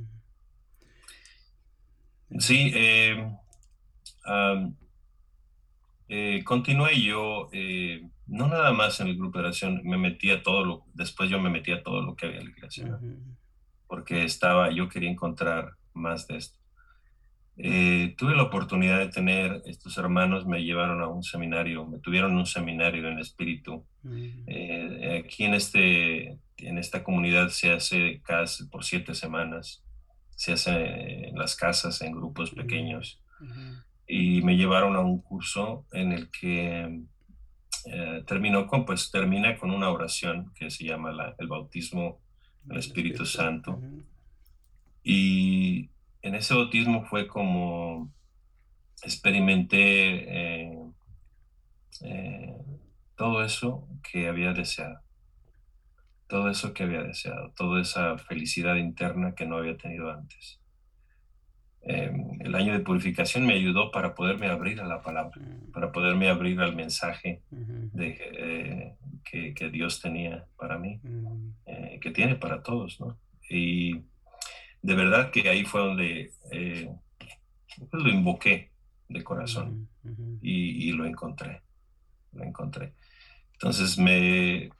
ujú, Sí, eh, am, eh, continué yo, eh, no nada más en el grupo de oración, me metí a todo lo, después yo me metí a todo lo que había en la iglesia, ¿no? ujú, Porque estaba, yo quería encontrar más de esto. Eh, tuve la oportunidad de tener, estos hermanos me llevaron a un seminario, me tuvieron un seminario en el espíritu. ujú, Eh, aquí en, este, en esta comunidad se hace casi por siete semanas, se hace en las casas, en grupos ujú, pequeños. ujú. Y me llevaron a un curso en el que eh, terminó con, pues termina con una oración que se llama la- el bautismo del El Espíritu espíritu. Santo. Ujú, Y en ese bautismo fue como experimenté eh, eh, todo eso que había deseado, todo eso que había deseado, toda esa felicidad interna que no había tenido antes. eh, el año de purificación me ayudó para poderme abrir a la palabra, mm, para poderme abrir al mensaje ujú, de, eh, que, que Dios tenía para mí, mm, eh, que tiene para todos, ¿no? Y de verdad que ahí fue donde eh, pues lo invoqué de corazón ujú, ujú, y, y lo encontré, lo encontré. Entonces me,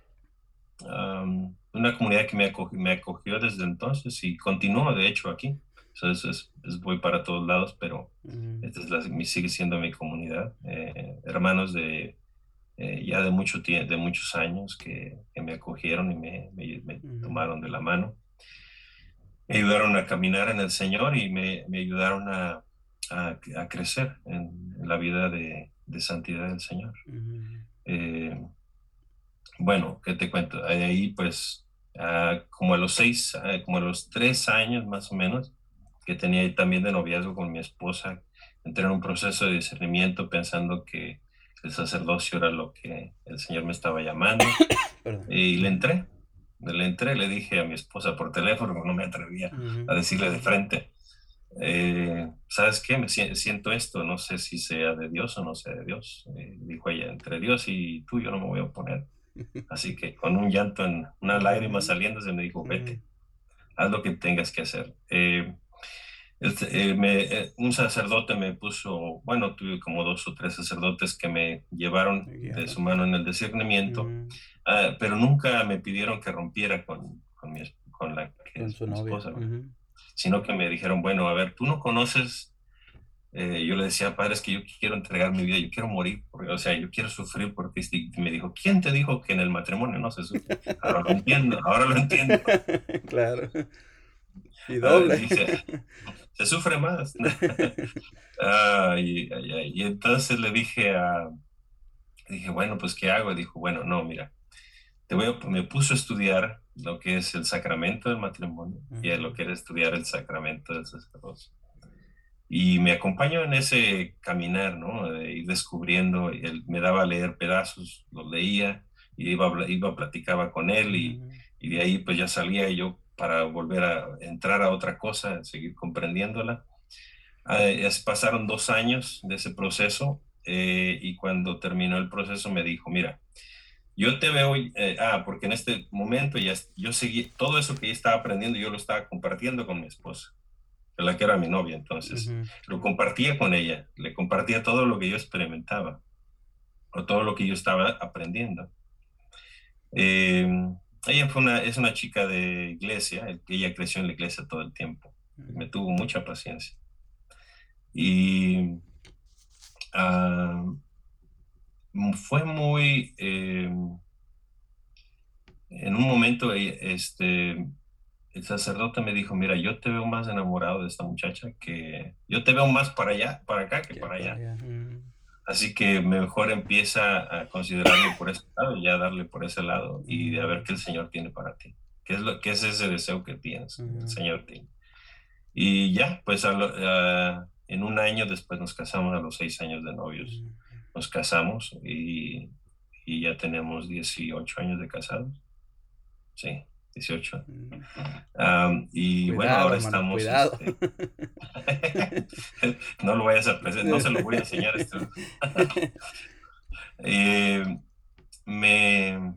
am, una comunidad que me acogió, me acogió desde entonces y continúo de hecho aquí. Entonces es, es- voy para todos lados, pero ujú, esta es la, mi- sigue siendo mi comunidad. Eh, hermanos de eh, ya de mucho tiempo, de muchos años que, que me acogieron y me, me- me ujú, tomaron de la mano. Me ayudaron a caminar en el Señor y me, me ayudaron a, a- a crecer en, en la vida de, de santidad del Señor. ujú, Eh, bueno, ¿qué te cuento? Ahí pues ah, como a los seis, ah, como a los tres años más o menos, que tenía ahí también de noviazgo con mi esposa, entré en un proceso de discernimiento pensando que el sacerdocio era lo que el Señor me estaba llamando perdón. y le Ujú, entré. Le entré, le dije a mi esposa por teléfono, no me atrevía a ujú, decirle de frente. Eh, ¿sabes qué? Me si- siento esto, no sé si sea de Dios o no sea de Dios. Eh, dijo ella, entre Dios y tú yo no me voy a oponer. Así que con un llanto, en una lágrima ujú, saliendo, se me dijo, ujú, vete, haz lo que tengas que hacer. Eh, el- eh, me- eh, un sacerdote me puso, bueno, tuve como dos o tres sacerdotes que me llevaron me de guiaron. su mano en el discernimiento, Ujú, ah, pero nunca me pidieron que rompiera con, con mi, es- con la que con es su mi novia. esposa, ¿verdad? Ujú, Sino que me dijeron, bueno, a ver, tú no conoces. Eh, yo le decía, padre, es que yo quiero entregar mi vida, yo quiero morir, porque, o sea, yo quiero sufrir por Cristo. Y me dijo, ¿quién te dijo que en el matrimonio no se sufre? Ahora lo entiendo, ahora lo entiendo. claro. Y Ah, doble. dice, se sufre más. Ah, y, y- y entonces le dije a, dije, bueno, pues, ¿qué hago? Y dijo, bueno, no, mira, te voy a, me puso a estudiar lo que es el sacramento del matrimonio y Ujú, lo que era estudiar el sacramento del sacerdocio. Y me acompañó en ese caminar, ¿no? De ir descubriendo, y él me daba a leer pedazos, los leía, y iba, a habla- iba, platicaba con él, y, ujú, y de ahí pues ya salía yo para volver a entrar a otra cosa, seguir comprendiéndola. Ah, es- pasaron dos años de ese proceso, eh, y cuando terminó el proceso me dijo, mira, yo te veo, eh, ah, porque en este momento ya yo seguí, todo eso que yo estaba aprendiendo, yo lo estaba compartiendo con mi esposa, la que era mi novia, entonces ujú, lo compartía con ella, le compartía todo lo que yo experimentaba o todo lo que yo estaba aprendiendo. Eh, ella fue una, es una chica de iglesia, ella creció en la iglesia todo el tiempo y me tuvo mucha paciencia. Y ah, fue muy, eh, en un momento, ella- este, el sacerdote me dijo, mira, yo te veo más enamorado de esta muchacha que yo te veo más para allá, para acá que que para para allá. allá. Ujú, Así que mejor empieza a considerarlo por ese lado y ya darle por ese lado y a ver ujú, qué el Señor tiene para ti. ¿Qué es lo, qué es ese deseo que tienes, que el ujú, Señor tiene? Y ya, pues a lo- a- en un año después nos casamos, a los seis años de novios. ujú, Nos casamos y, y ya tenemos dieciocho años de casados. Sí, dieciocho. ujú. Am, y bueno, Cuidado, ahora hermano, estamos, cuidado. este, no lo vayas a presentar, no se lo voy a enseñar. Este. Eh, me,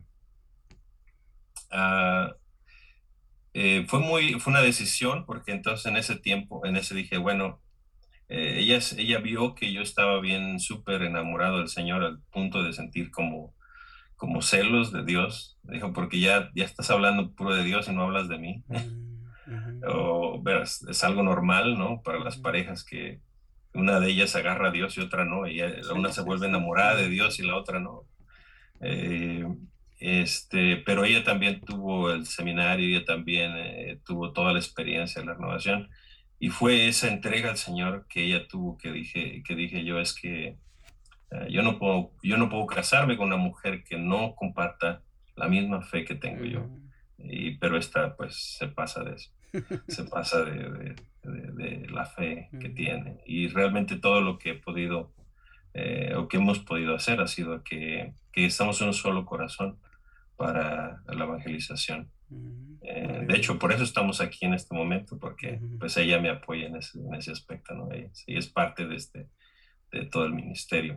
ah, eh, fue muy, fue una decisión porque entonces en ese tiempo, en ese dije, bueno, eh, ella, ella vio que yo estaba bien súper enamorado del Señor al punto de sentir como, como celos de Dios. Dijo, porque ya, ya estás hablando puro de Dios y no hablas de mí. Mm, ujú, O, verás, es algo normal, ¿no? Para las ujú. parejas que una de ellas agarra a Dios y otra no, y una Sí, se sí, vuelve sí. enamorada de Ujú, Dios y la otra no. Eh, este, pero ella también tuvo el seminario, ella también eh, tuvo toda la experiencia de la renovación. Y fue esa entrega al Señor que ella tuvo que dije, que dije yo, es que eh, yo no puedo, yo no puedo casarme con una mujer que no comparta la misma fe que tengo yo. ujú. Y, pero esta pues se pasa de eso, se pasa de, de, de, de la fe que Ujú, tiene. Y realmente todo lo que he podido eh, o que hemos podido hacer ha sido que, que estamos en un solo corazón para la evangelización. Ujú. Eh, Muy de bien. hecho, por eso estamos aquí en este momento, porque Ujú, pues ella me apoya en ese, en ese aspecto, ¿no? Ella, sí, es parte de, este, de todo el ministerio.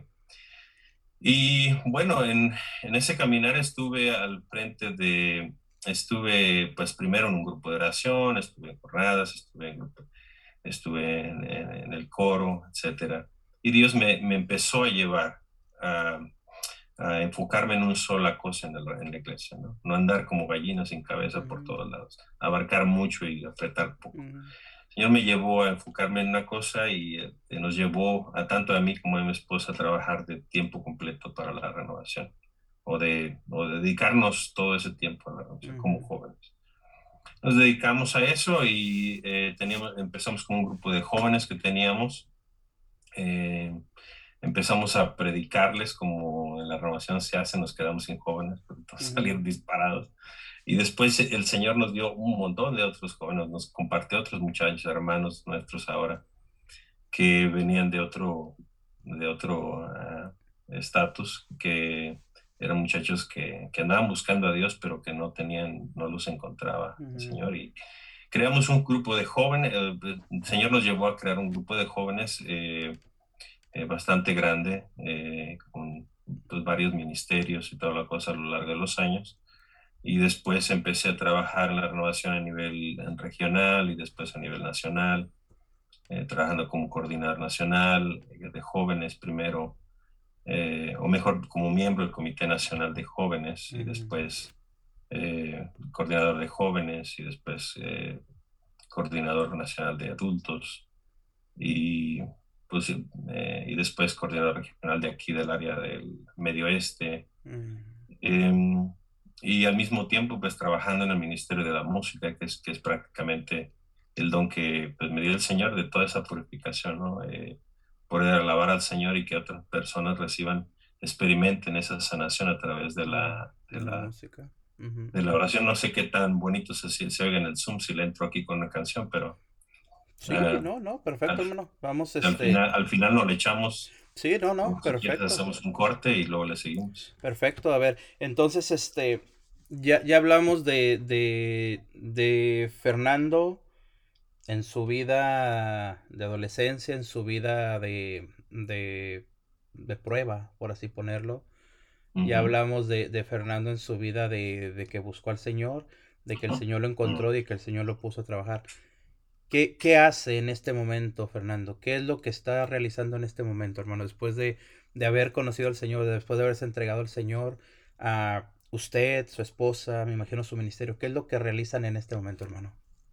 Y bueno, en, en ese caminar estuve al frente de, estuve pues primero en un grupo de oración, estuve en jornadas, estuve en, grupo- estuve en, en- en el coro, etcétera. Y Dios me, me empezó a llevar a, a enfocarme en una sola cosa en, el- en la iglesia, ¿no? No andar como gallina sin cabeza por ujú, todos lados, abarcar mucho y apretar poco. ujú, El Señor me llevó a enfocarme en una cosa y eh, nos llevó a tanto a mí como a mi esposa a trabajar de tiempo completo para la renovación o de, o de dedicarnos todo ese tiempo a la renovación como ujú, jóvenes. Nos dedicamos a eso y eh, teníamos, empezamos con un grupo de jóvenes que teníamos. eh, Empezamos a predicarles como en la renovación se hace, nos quedamos sin jóvenes, pero todos ujú, salieron disparados. Y después el Señor nos dio un montón de otros jóvenes, nos compartió otros muchachos, hermanos nuestros ahora, que venían de otro, de otro ah, estatus, que eran muchachos que, que andaban buscando a Dios, pero que no tenían, no los encontraba el ujú, Señor. Y creamos un grupo de jóvenes, eh, el Señor nos llevó a crear un grupo de jóvenes eh, eh, bastante grande, eh, con pues, varios ministerios y toda la cosa a lo largo de los años. Y después empecé a trabajar en la renovación a nivel regional y después a nivel nacional, eh, trabajando como coordinador nacional eh, de jóvenes primero, eh, o mejor, como miembro del Comité Nacional de Jóvenes y ujú, después eh, coordinador de jóvenes y después eh, coordinador nacional de adultos y, pues, eh, y después coordinador regional de aquí del área del Medio Oeste. ujú. Eh, y al mismo tiempo, pues trabajando en el Ministerio de la Música, que es, que es prácticamente el don que pues, me dio el Señor de toda esa purificación, ¿no? Eh, poder alabar al Señor y que otras personas reciban, experimenten esa sanación a través de Mm, la, de de la la, música. Ujú. de la oración. No sé qué tan bonito se, se oiga en el Zoom si le entro aquí con una canción, pero Sí, eh, no, no, perfecto, al, hermano. Vamos, al este. final, al final no le echamos, Sí, no, o no, si quieres perfecto. hacemos un corte y luego le seguimos. Perfecto, a ver, entonces, este, ya, ya hablamos de, de, de Fernando en su vida de adolescencia, en su vida de, de, de prueba, por así ponerlo. Ya Ujú, hablamos de, de Fernando en su vida de, de que buscó al Señor, de que el Señor lo ujú. encontró y que el Señor lo puso a trabajar. ¿Qué, qué hace en este momento, Fernando? ¿Qué es lo que está realizando en este momento, hermano? Después de, de haber conocido al Señor, después de haberse entregado al Señor, a usted, su esposa, me imagino su ministerio, ¿qué es lo que realizan en este momento, hermano?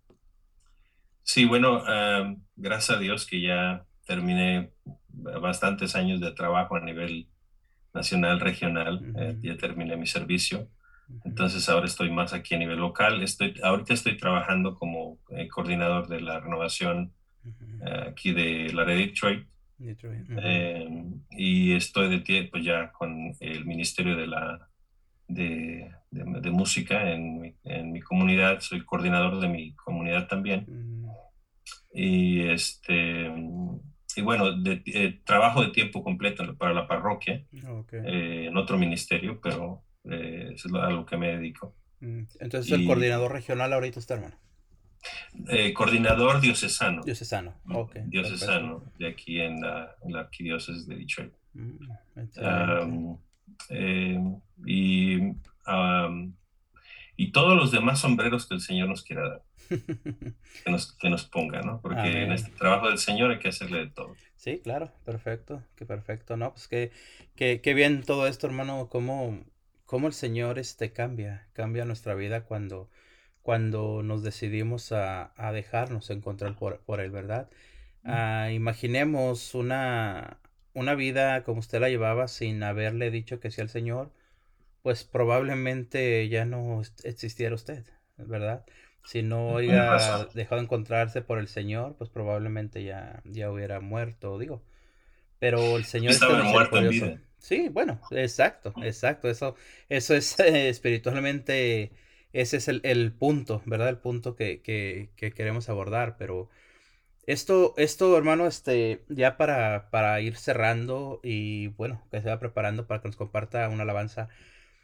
Sí, bueno, eh, gracias a Dios que ya terminé bastantes años de trabajo a nivel nacional, regional, eh, Ujú, ya terminé mi servicio, ujú, entonces ahora estoy más aquí a nivel local. Estoy, ahorita estoy trabajando como eh, coordinador de la renovación ujú. eh, aquí de la red Detroit Detroit, ujú, eh, y estoy de tiempo ya con el Ministerio de la de, de- de música en mi, en mi comunidad, soy coordinador de mi comunidad también. ujú. Y este, y bueno, de- eh, trabajo de tiempo completo para la parroquia, Ok. eh, en otro ministerio, pero eh, eso es lo- a lo que me dedico. Mm, Entonces el Y coordinador regional ahorita está, hermano. eh, coordinador diocesano, Diocesano. Ok, perfecto. diocesano de aquí en la, en la arquidiócesis de Detroit. Mm, excelente. Am, eh, y, am, y todos los demás sombreros que el Señor nos quiera dar, que nos, que nos ponga, ¿no? Porque en Amén. este trabajo del Señor hay que hacerle de todo. Sí, claro, perfecto, qué perfecto, ¿no? Pues qué, qué, qué bien todo esto, hermano, cómo, cómo el Señor este cambia, cambia nuestra vida cuando, cuando nos decidimos a, a dejarnos encontrar por, por Él, ¿verdad? Ah, imaginemos una, una vida como usted la llevaba sin haberle dicho que sí al Señor, pues probablemente ya no est- existiera usted, ¿verdad? Si no Tienes razón. hubiera dejado de encontrarse por el Señor, pues probablemente ya, ya hubiera muerto, digo. Pero el Señor es tan Estaba muerto en misericordioso. vida. Sí, bueno, exacto, exacto. Eso, eso es eh, espiritualmente, ese es el, el punto, ¿verdad? El punto que, que, que queremos abordar. Pero esto, esto, hermano, este, ya para, para ir cerrando y bueno, que se va preparando para que nos comparta una alabanza.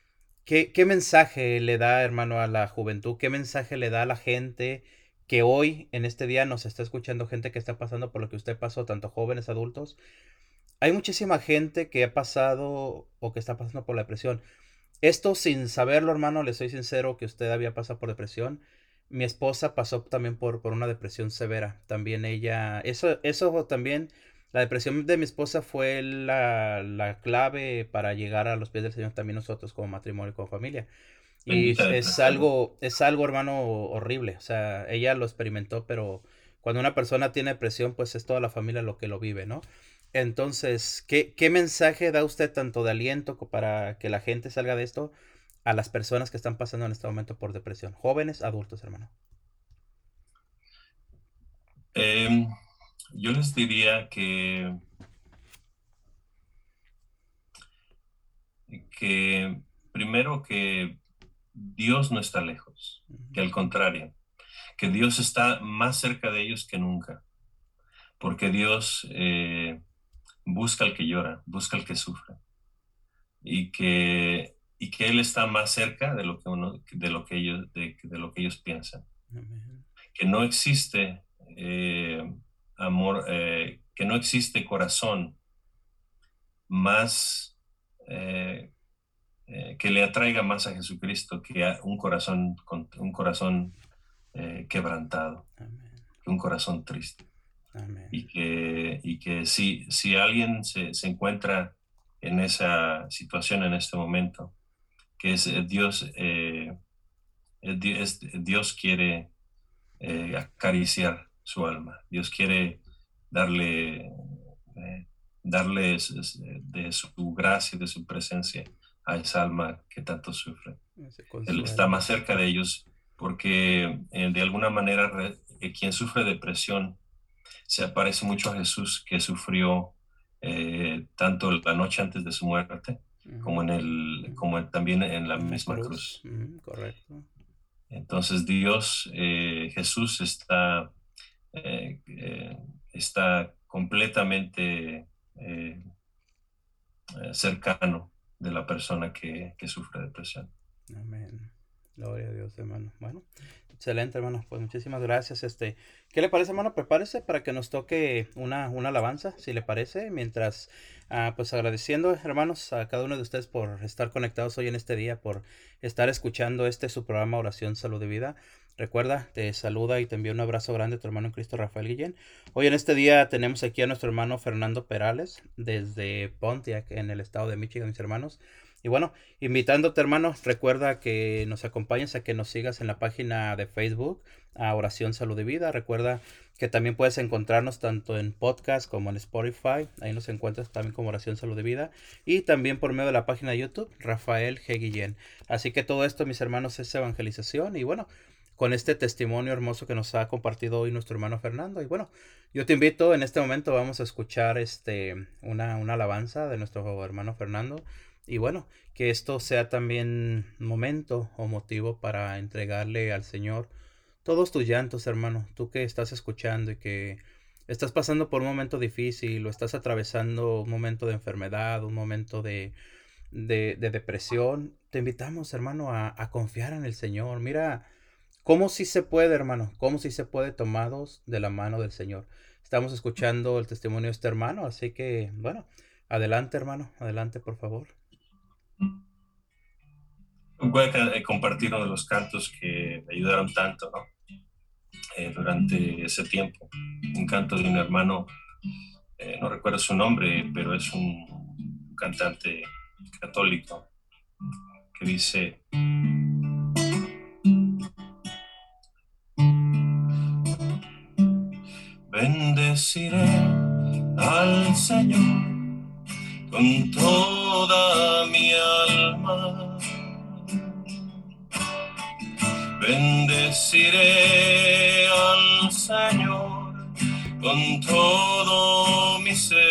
¿Qué, qué mensaje le da, hermano, a la juventud? ¿Qué mensaje le da a la gente que hoy, en este día, nos está escuchando, gente que está pasando por lo que usted pasó, tanto jóvenes, adultos? Hay muchísima gente que ha pasado o que está pasando por la depresión. Esto sin saberlo, hermano, le soy sincero que usted había pasado por depresión. Mi esposa pasó también por, por una depresión severa. También ella, eso, eso también, la depresión de mi esposa fue la, la clave para llegar a los pies del Señor también nosotros como matrimonio y como familia. Y Bendita es, es depresión. algo, es algo, hermano, horrible. O sea, ella lo experimentó, pero cuando una persona tiene depresión, pues es toda la familia lo que lo vive, ¿no? Entonces, ¿qué, qué mensaje da usted tanto de aliento co- para que la gente salga de esto a las personas que están pasando en este momento por depresión? Jóvenes, adultos, hermano. Em, yo les diría que, que primero que Dios no está lejos, que al contrario, que Dios está más cerca de ellos que nunca, porque Dios eh, busca al que llora, busca al que sufre, y que, y que Él está más cerca de lo que, uno, de lo que, ellos, de, de lo que ellos piensan. Amén. Que no existe eh, amor, eh, que no existe corazón más eh, eh, que le atraiga más a Jesucristo que a un corazón, con, un corazón eh, quebrantado, Amén. que un corazón triste. Amén. Y que, y que si, si alguien se, se encuentra en esa situación en este momento, que es eh, Dios, eh, es, Di- es- Dios quiere eh, acariciar su alma. Dios quiere darle, eh, darle es- es, eh, de su gracia, de su presencia a esa alma que tanto sufre. Ese Él está consuelo. más cerca de ellos porque eh, de alguna manera re- eh, quien sufre depresión se parece mucho a Jesús que sufrió eh, tanto la noche antes de su muerte como, Ujú, en el, ujú. como en- también en la En la misma cruz. cruz. Ujú, correcto. Entonces Dios, eh, Jesús está, eh, eh, está completamente eh, eh, cercano de la persona que, que sufre depresión. Amén. Gloria a Dios, hermano. Bueno, excelente, hermano. Pues muchísimas gracias. Este, ¿qué le parece, hermano? Prepárese para que nos toque una, una alabanza, si le parece. Mientras, ah, pues agradeciendo, hermanos, a cada uno de ustedes por estar conectados hoy en este día, por estar escuchando este su programa Oración, Salud y Vida. Recuerda, te saluda y te envío un abrazo grande a tu hermano en Cristo, Rafael Guillén. Hoy en este día tenemos aquí a nuestro hermano Fernando Perales, desde Pontiac, en el estado de Michigan, mis hermanos. Y bueno, invitándote, hermano, recuerda que nos acompañes, a que nos sigas en la página de Facebook, a Oración Salud y Vida. Recuerda que también puedes encontrarnos tanto en podcast como en Spotify. Ahí nos encuentras también como Oración Salud y Vida. Y también por medio de la página de YouTube, Rafael G. Guillén. Así que todo esto, mis hermanos, es evangelización. Y bueno, con este testimonio hermoso que nos ha compartido hoy nuestro hermano Fernando. Y bueno, yo te invito, en este momento vamos a escuchar este, una, una alabanza de nuestro hermano Fernando. Y bueno, que esto sea también momento o motivo para entregarle al Señor todos tus llantos, hermano. Tú que estás escuchando y que estás pasando por un momento difícil o estás atravesando un momento de enfermedad, un momento de, de, de depresión, te invitamos, hermano, a, a confiar en el Señor. Mira, cómo sí se puede, hermano, cómo sí se puede tomados de la mano del Señor. Estamos escuchando el testimonio de este hermano, así que, bueno, adelante, hermano, adelante, por favor. Voy a eh, compartir uno de los cantos que me ayudaron tanto, ¿no? Eh, durante ese tiempo. Un canto de un hermano, eh, no recuerdo su nombre, pero es un cantante católico que dice, bendeciré al Señor con toda mi alma. Bendeciré al Señor con todo mi ser.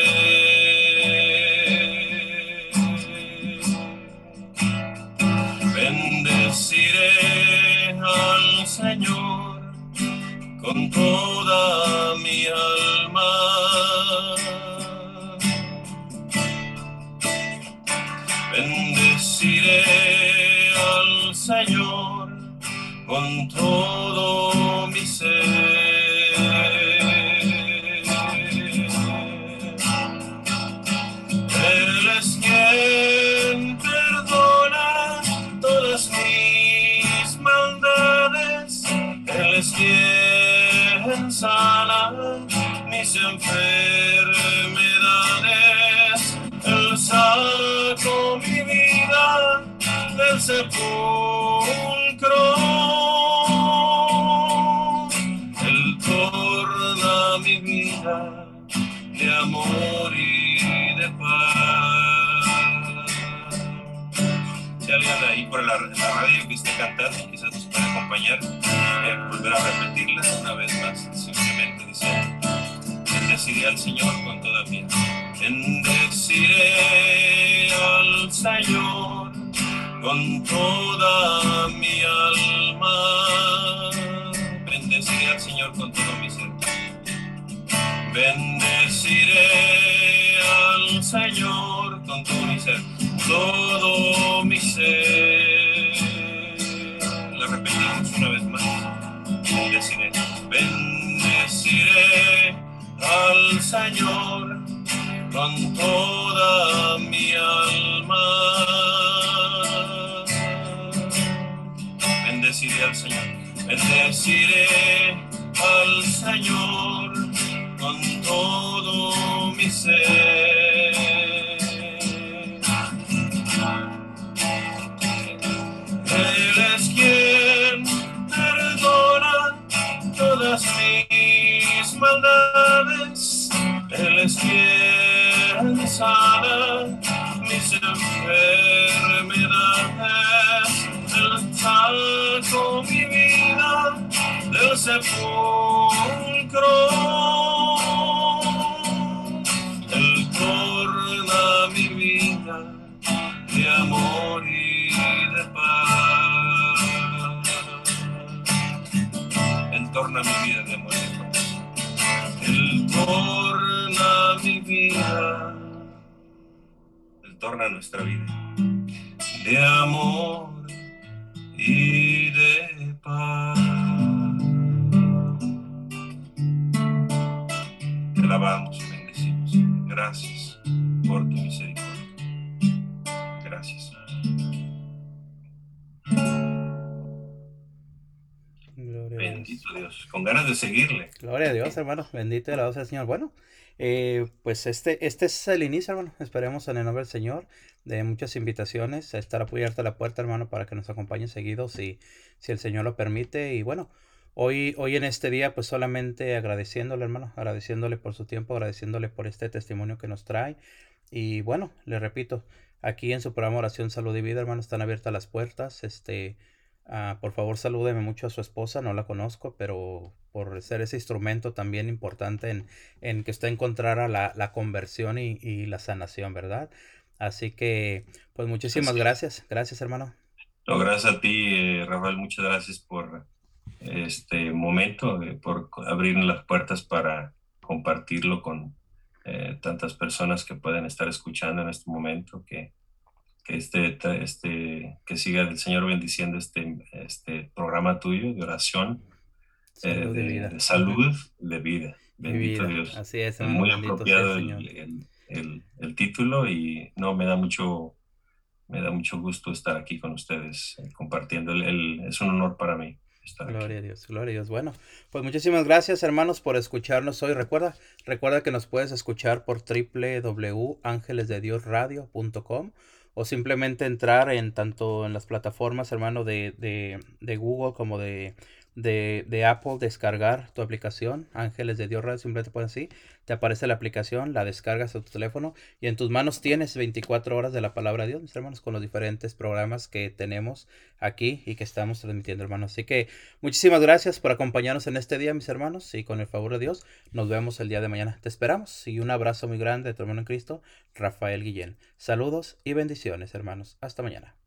Bendeciré al Señor con toda mi alma. Bendeciré sana mis enfermedades. Él sacó mi vida del sepulcro. Él torna mi vida de amor y de paz. Si alguien ahí por la, la radio que esté cantando, quizás nos puede acompañar, eh, volver a repetirles una vez más, simplemente diciendo: bendeciré al Señor con toda mi alma. Bendeciré al Señor con toda mi alma. Bendeciré al Señor con todo mi ser. Bendeciré al Señor con todo mi ser, todo mi ser. La repetimos una vez más. Bendeciré, bendeciré al Señor con toda mi alma. Bendeciré al Señor, bendeciré al Señor con todo mi ser. Él es quien perdona todas mis maldades. Él es quien sana mis enfermedades. Él sacó mi vida del sepulcro. Él torna mi vida de amor y de paz. Él torna mi vida de amor y de paz. Él torna mi vida. Él torna nuestra vida de amor y de paz. Te alabamos y bendecimos. Gracias por tu misericordia. Gracias. Gloria a Bendito Dios. Dios. Con ganas de seguirle. Gloria a Dios, hermano. Bendito y alabado sea el Señor. Bueno, eh, pues este, este es el inicio, hermano. Esperemos en el nombre del Señor de muchas invitaciones. Estará abierta la puerta, hermano, para que nos acompañe seguido si, si el Señor lo permite. Y bueno, hoy, hoy en este día, pues solamente agradeciéndole, hermano, agradeciéndole por su tiempo, agradeciéndole por este testimonio que nos trae. Y bueno, le repito, aquí en su programa Oración, Salud y Vida, hermano, están abiertas las puertas. Este, ah, por favor, salúdeme mucho a su esposa, no la conozco, pero por ser ese instrumento también importante en, en que usted encontrara la, la conversión y, y la sanación, ¿verdad? Así que, pues muchísimas Así es. gracias. Gracias, hermano. No, gracias a ti, eh, Rafael. Muchas gracias por este momento, eh, por abrirnos las puertas para compartirlo con eh, tantas personas que pueden estar escuchando en este momento. Que, que, este, este, que siga el Señor bendiciendo este, este programa tuyo de oración, eh, Salud y de, vida. de salud, de vida. Y Bendito vida. Dios. Así es, Es hermano. muy Bendito sea el apropiado Señor. el, el, el, el título, y no, me da mucho, me da mucho gusto estar aquí con ustedes, eh, compartiendo. El, el, es un honor para mí estar aquí. Gloria a Dios, gloria a Dios. Bueno, pues muchísimas gracias, hermanos, por escucharnos hoy. Recuerda, recuerda que nos puedes escuchar por doble u doble u doble u punto ángeles de dios radio punto com o simplemente entrar en tanto en las plataformas, hermano, de, de, de Google como de, de, de Apple, descargar tu aplicación, Ángeles de Dios Radio, simplemente pones así, te aparece la aplicación, la descargas a tu teléfono y en tus manos tienes veinticuatro horas de la palabra de Dios, mis hermanos, con los diferentes programas que tenemos aquí y que estamos transmitiendo, hermanos. Así que muchísimas gracias por acompañarnos en este día, mis hermanos, y con el favor de Dios nos vemos el día de mañana. Te esperamos y un abrazo muy grande de tu hermano en Cristo, Rafael Guillén. Saludos y bendiciones, hermanos. Hasta mañana.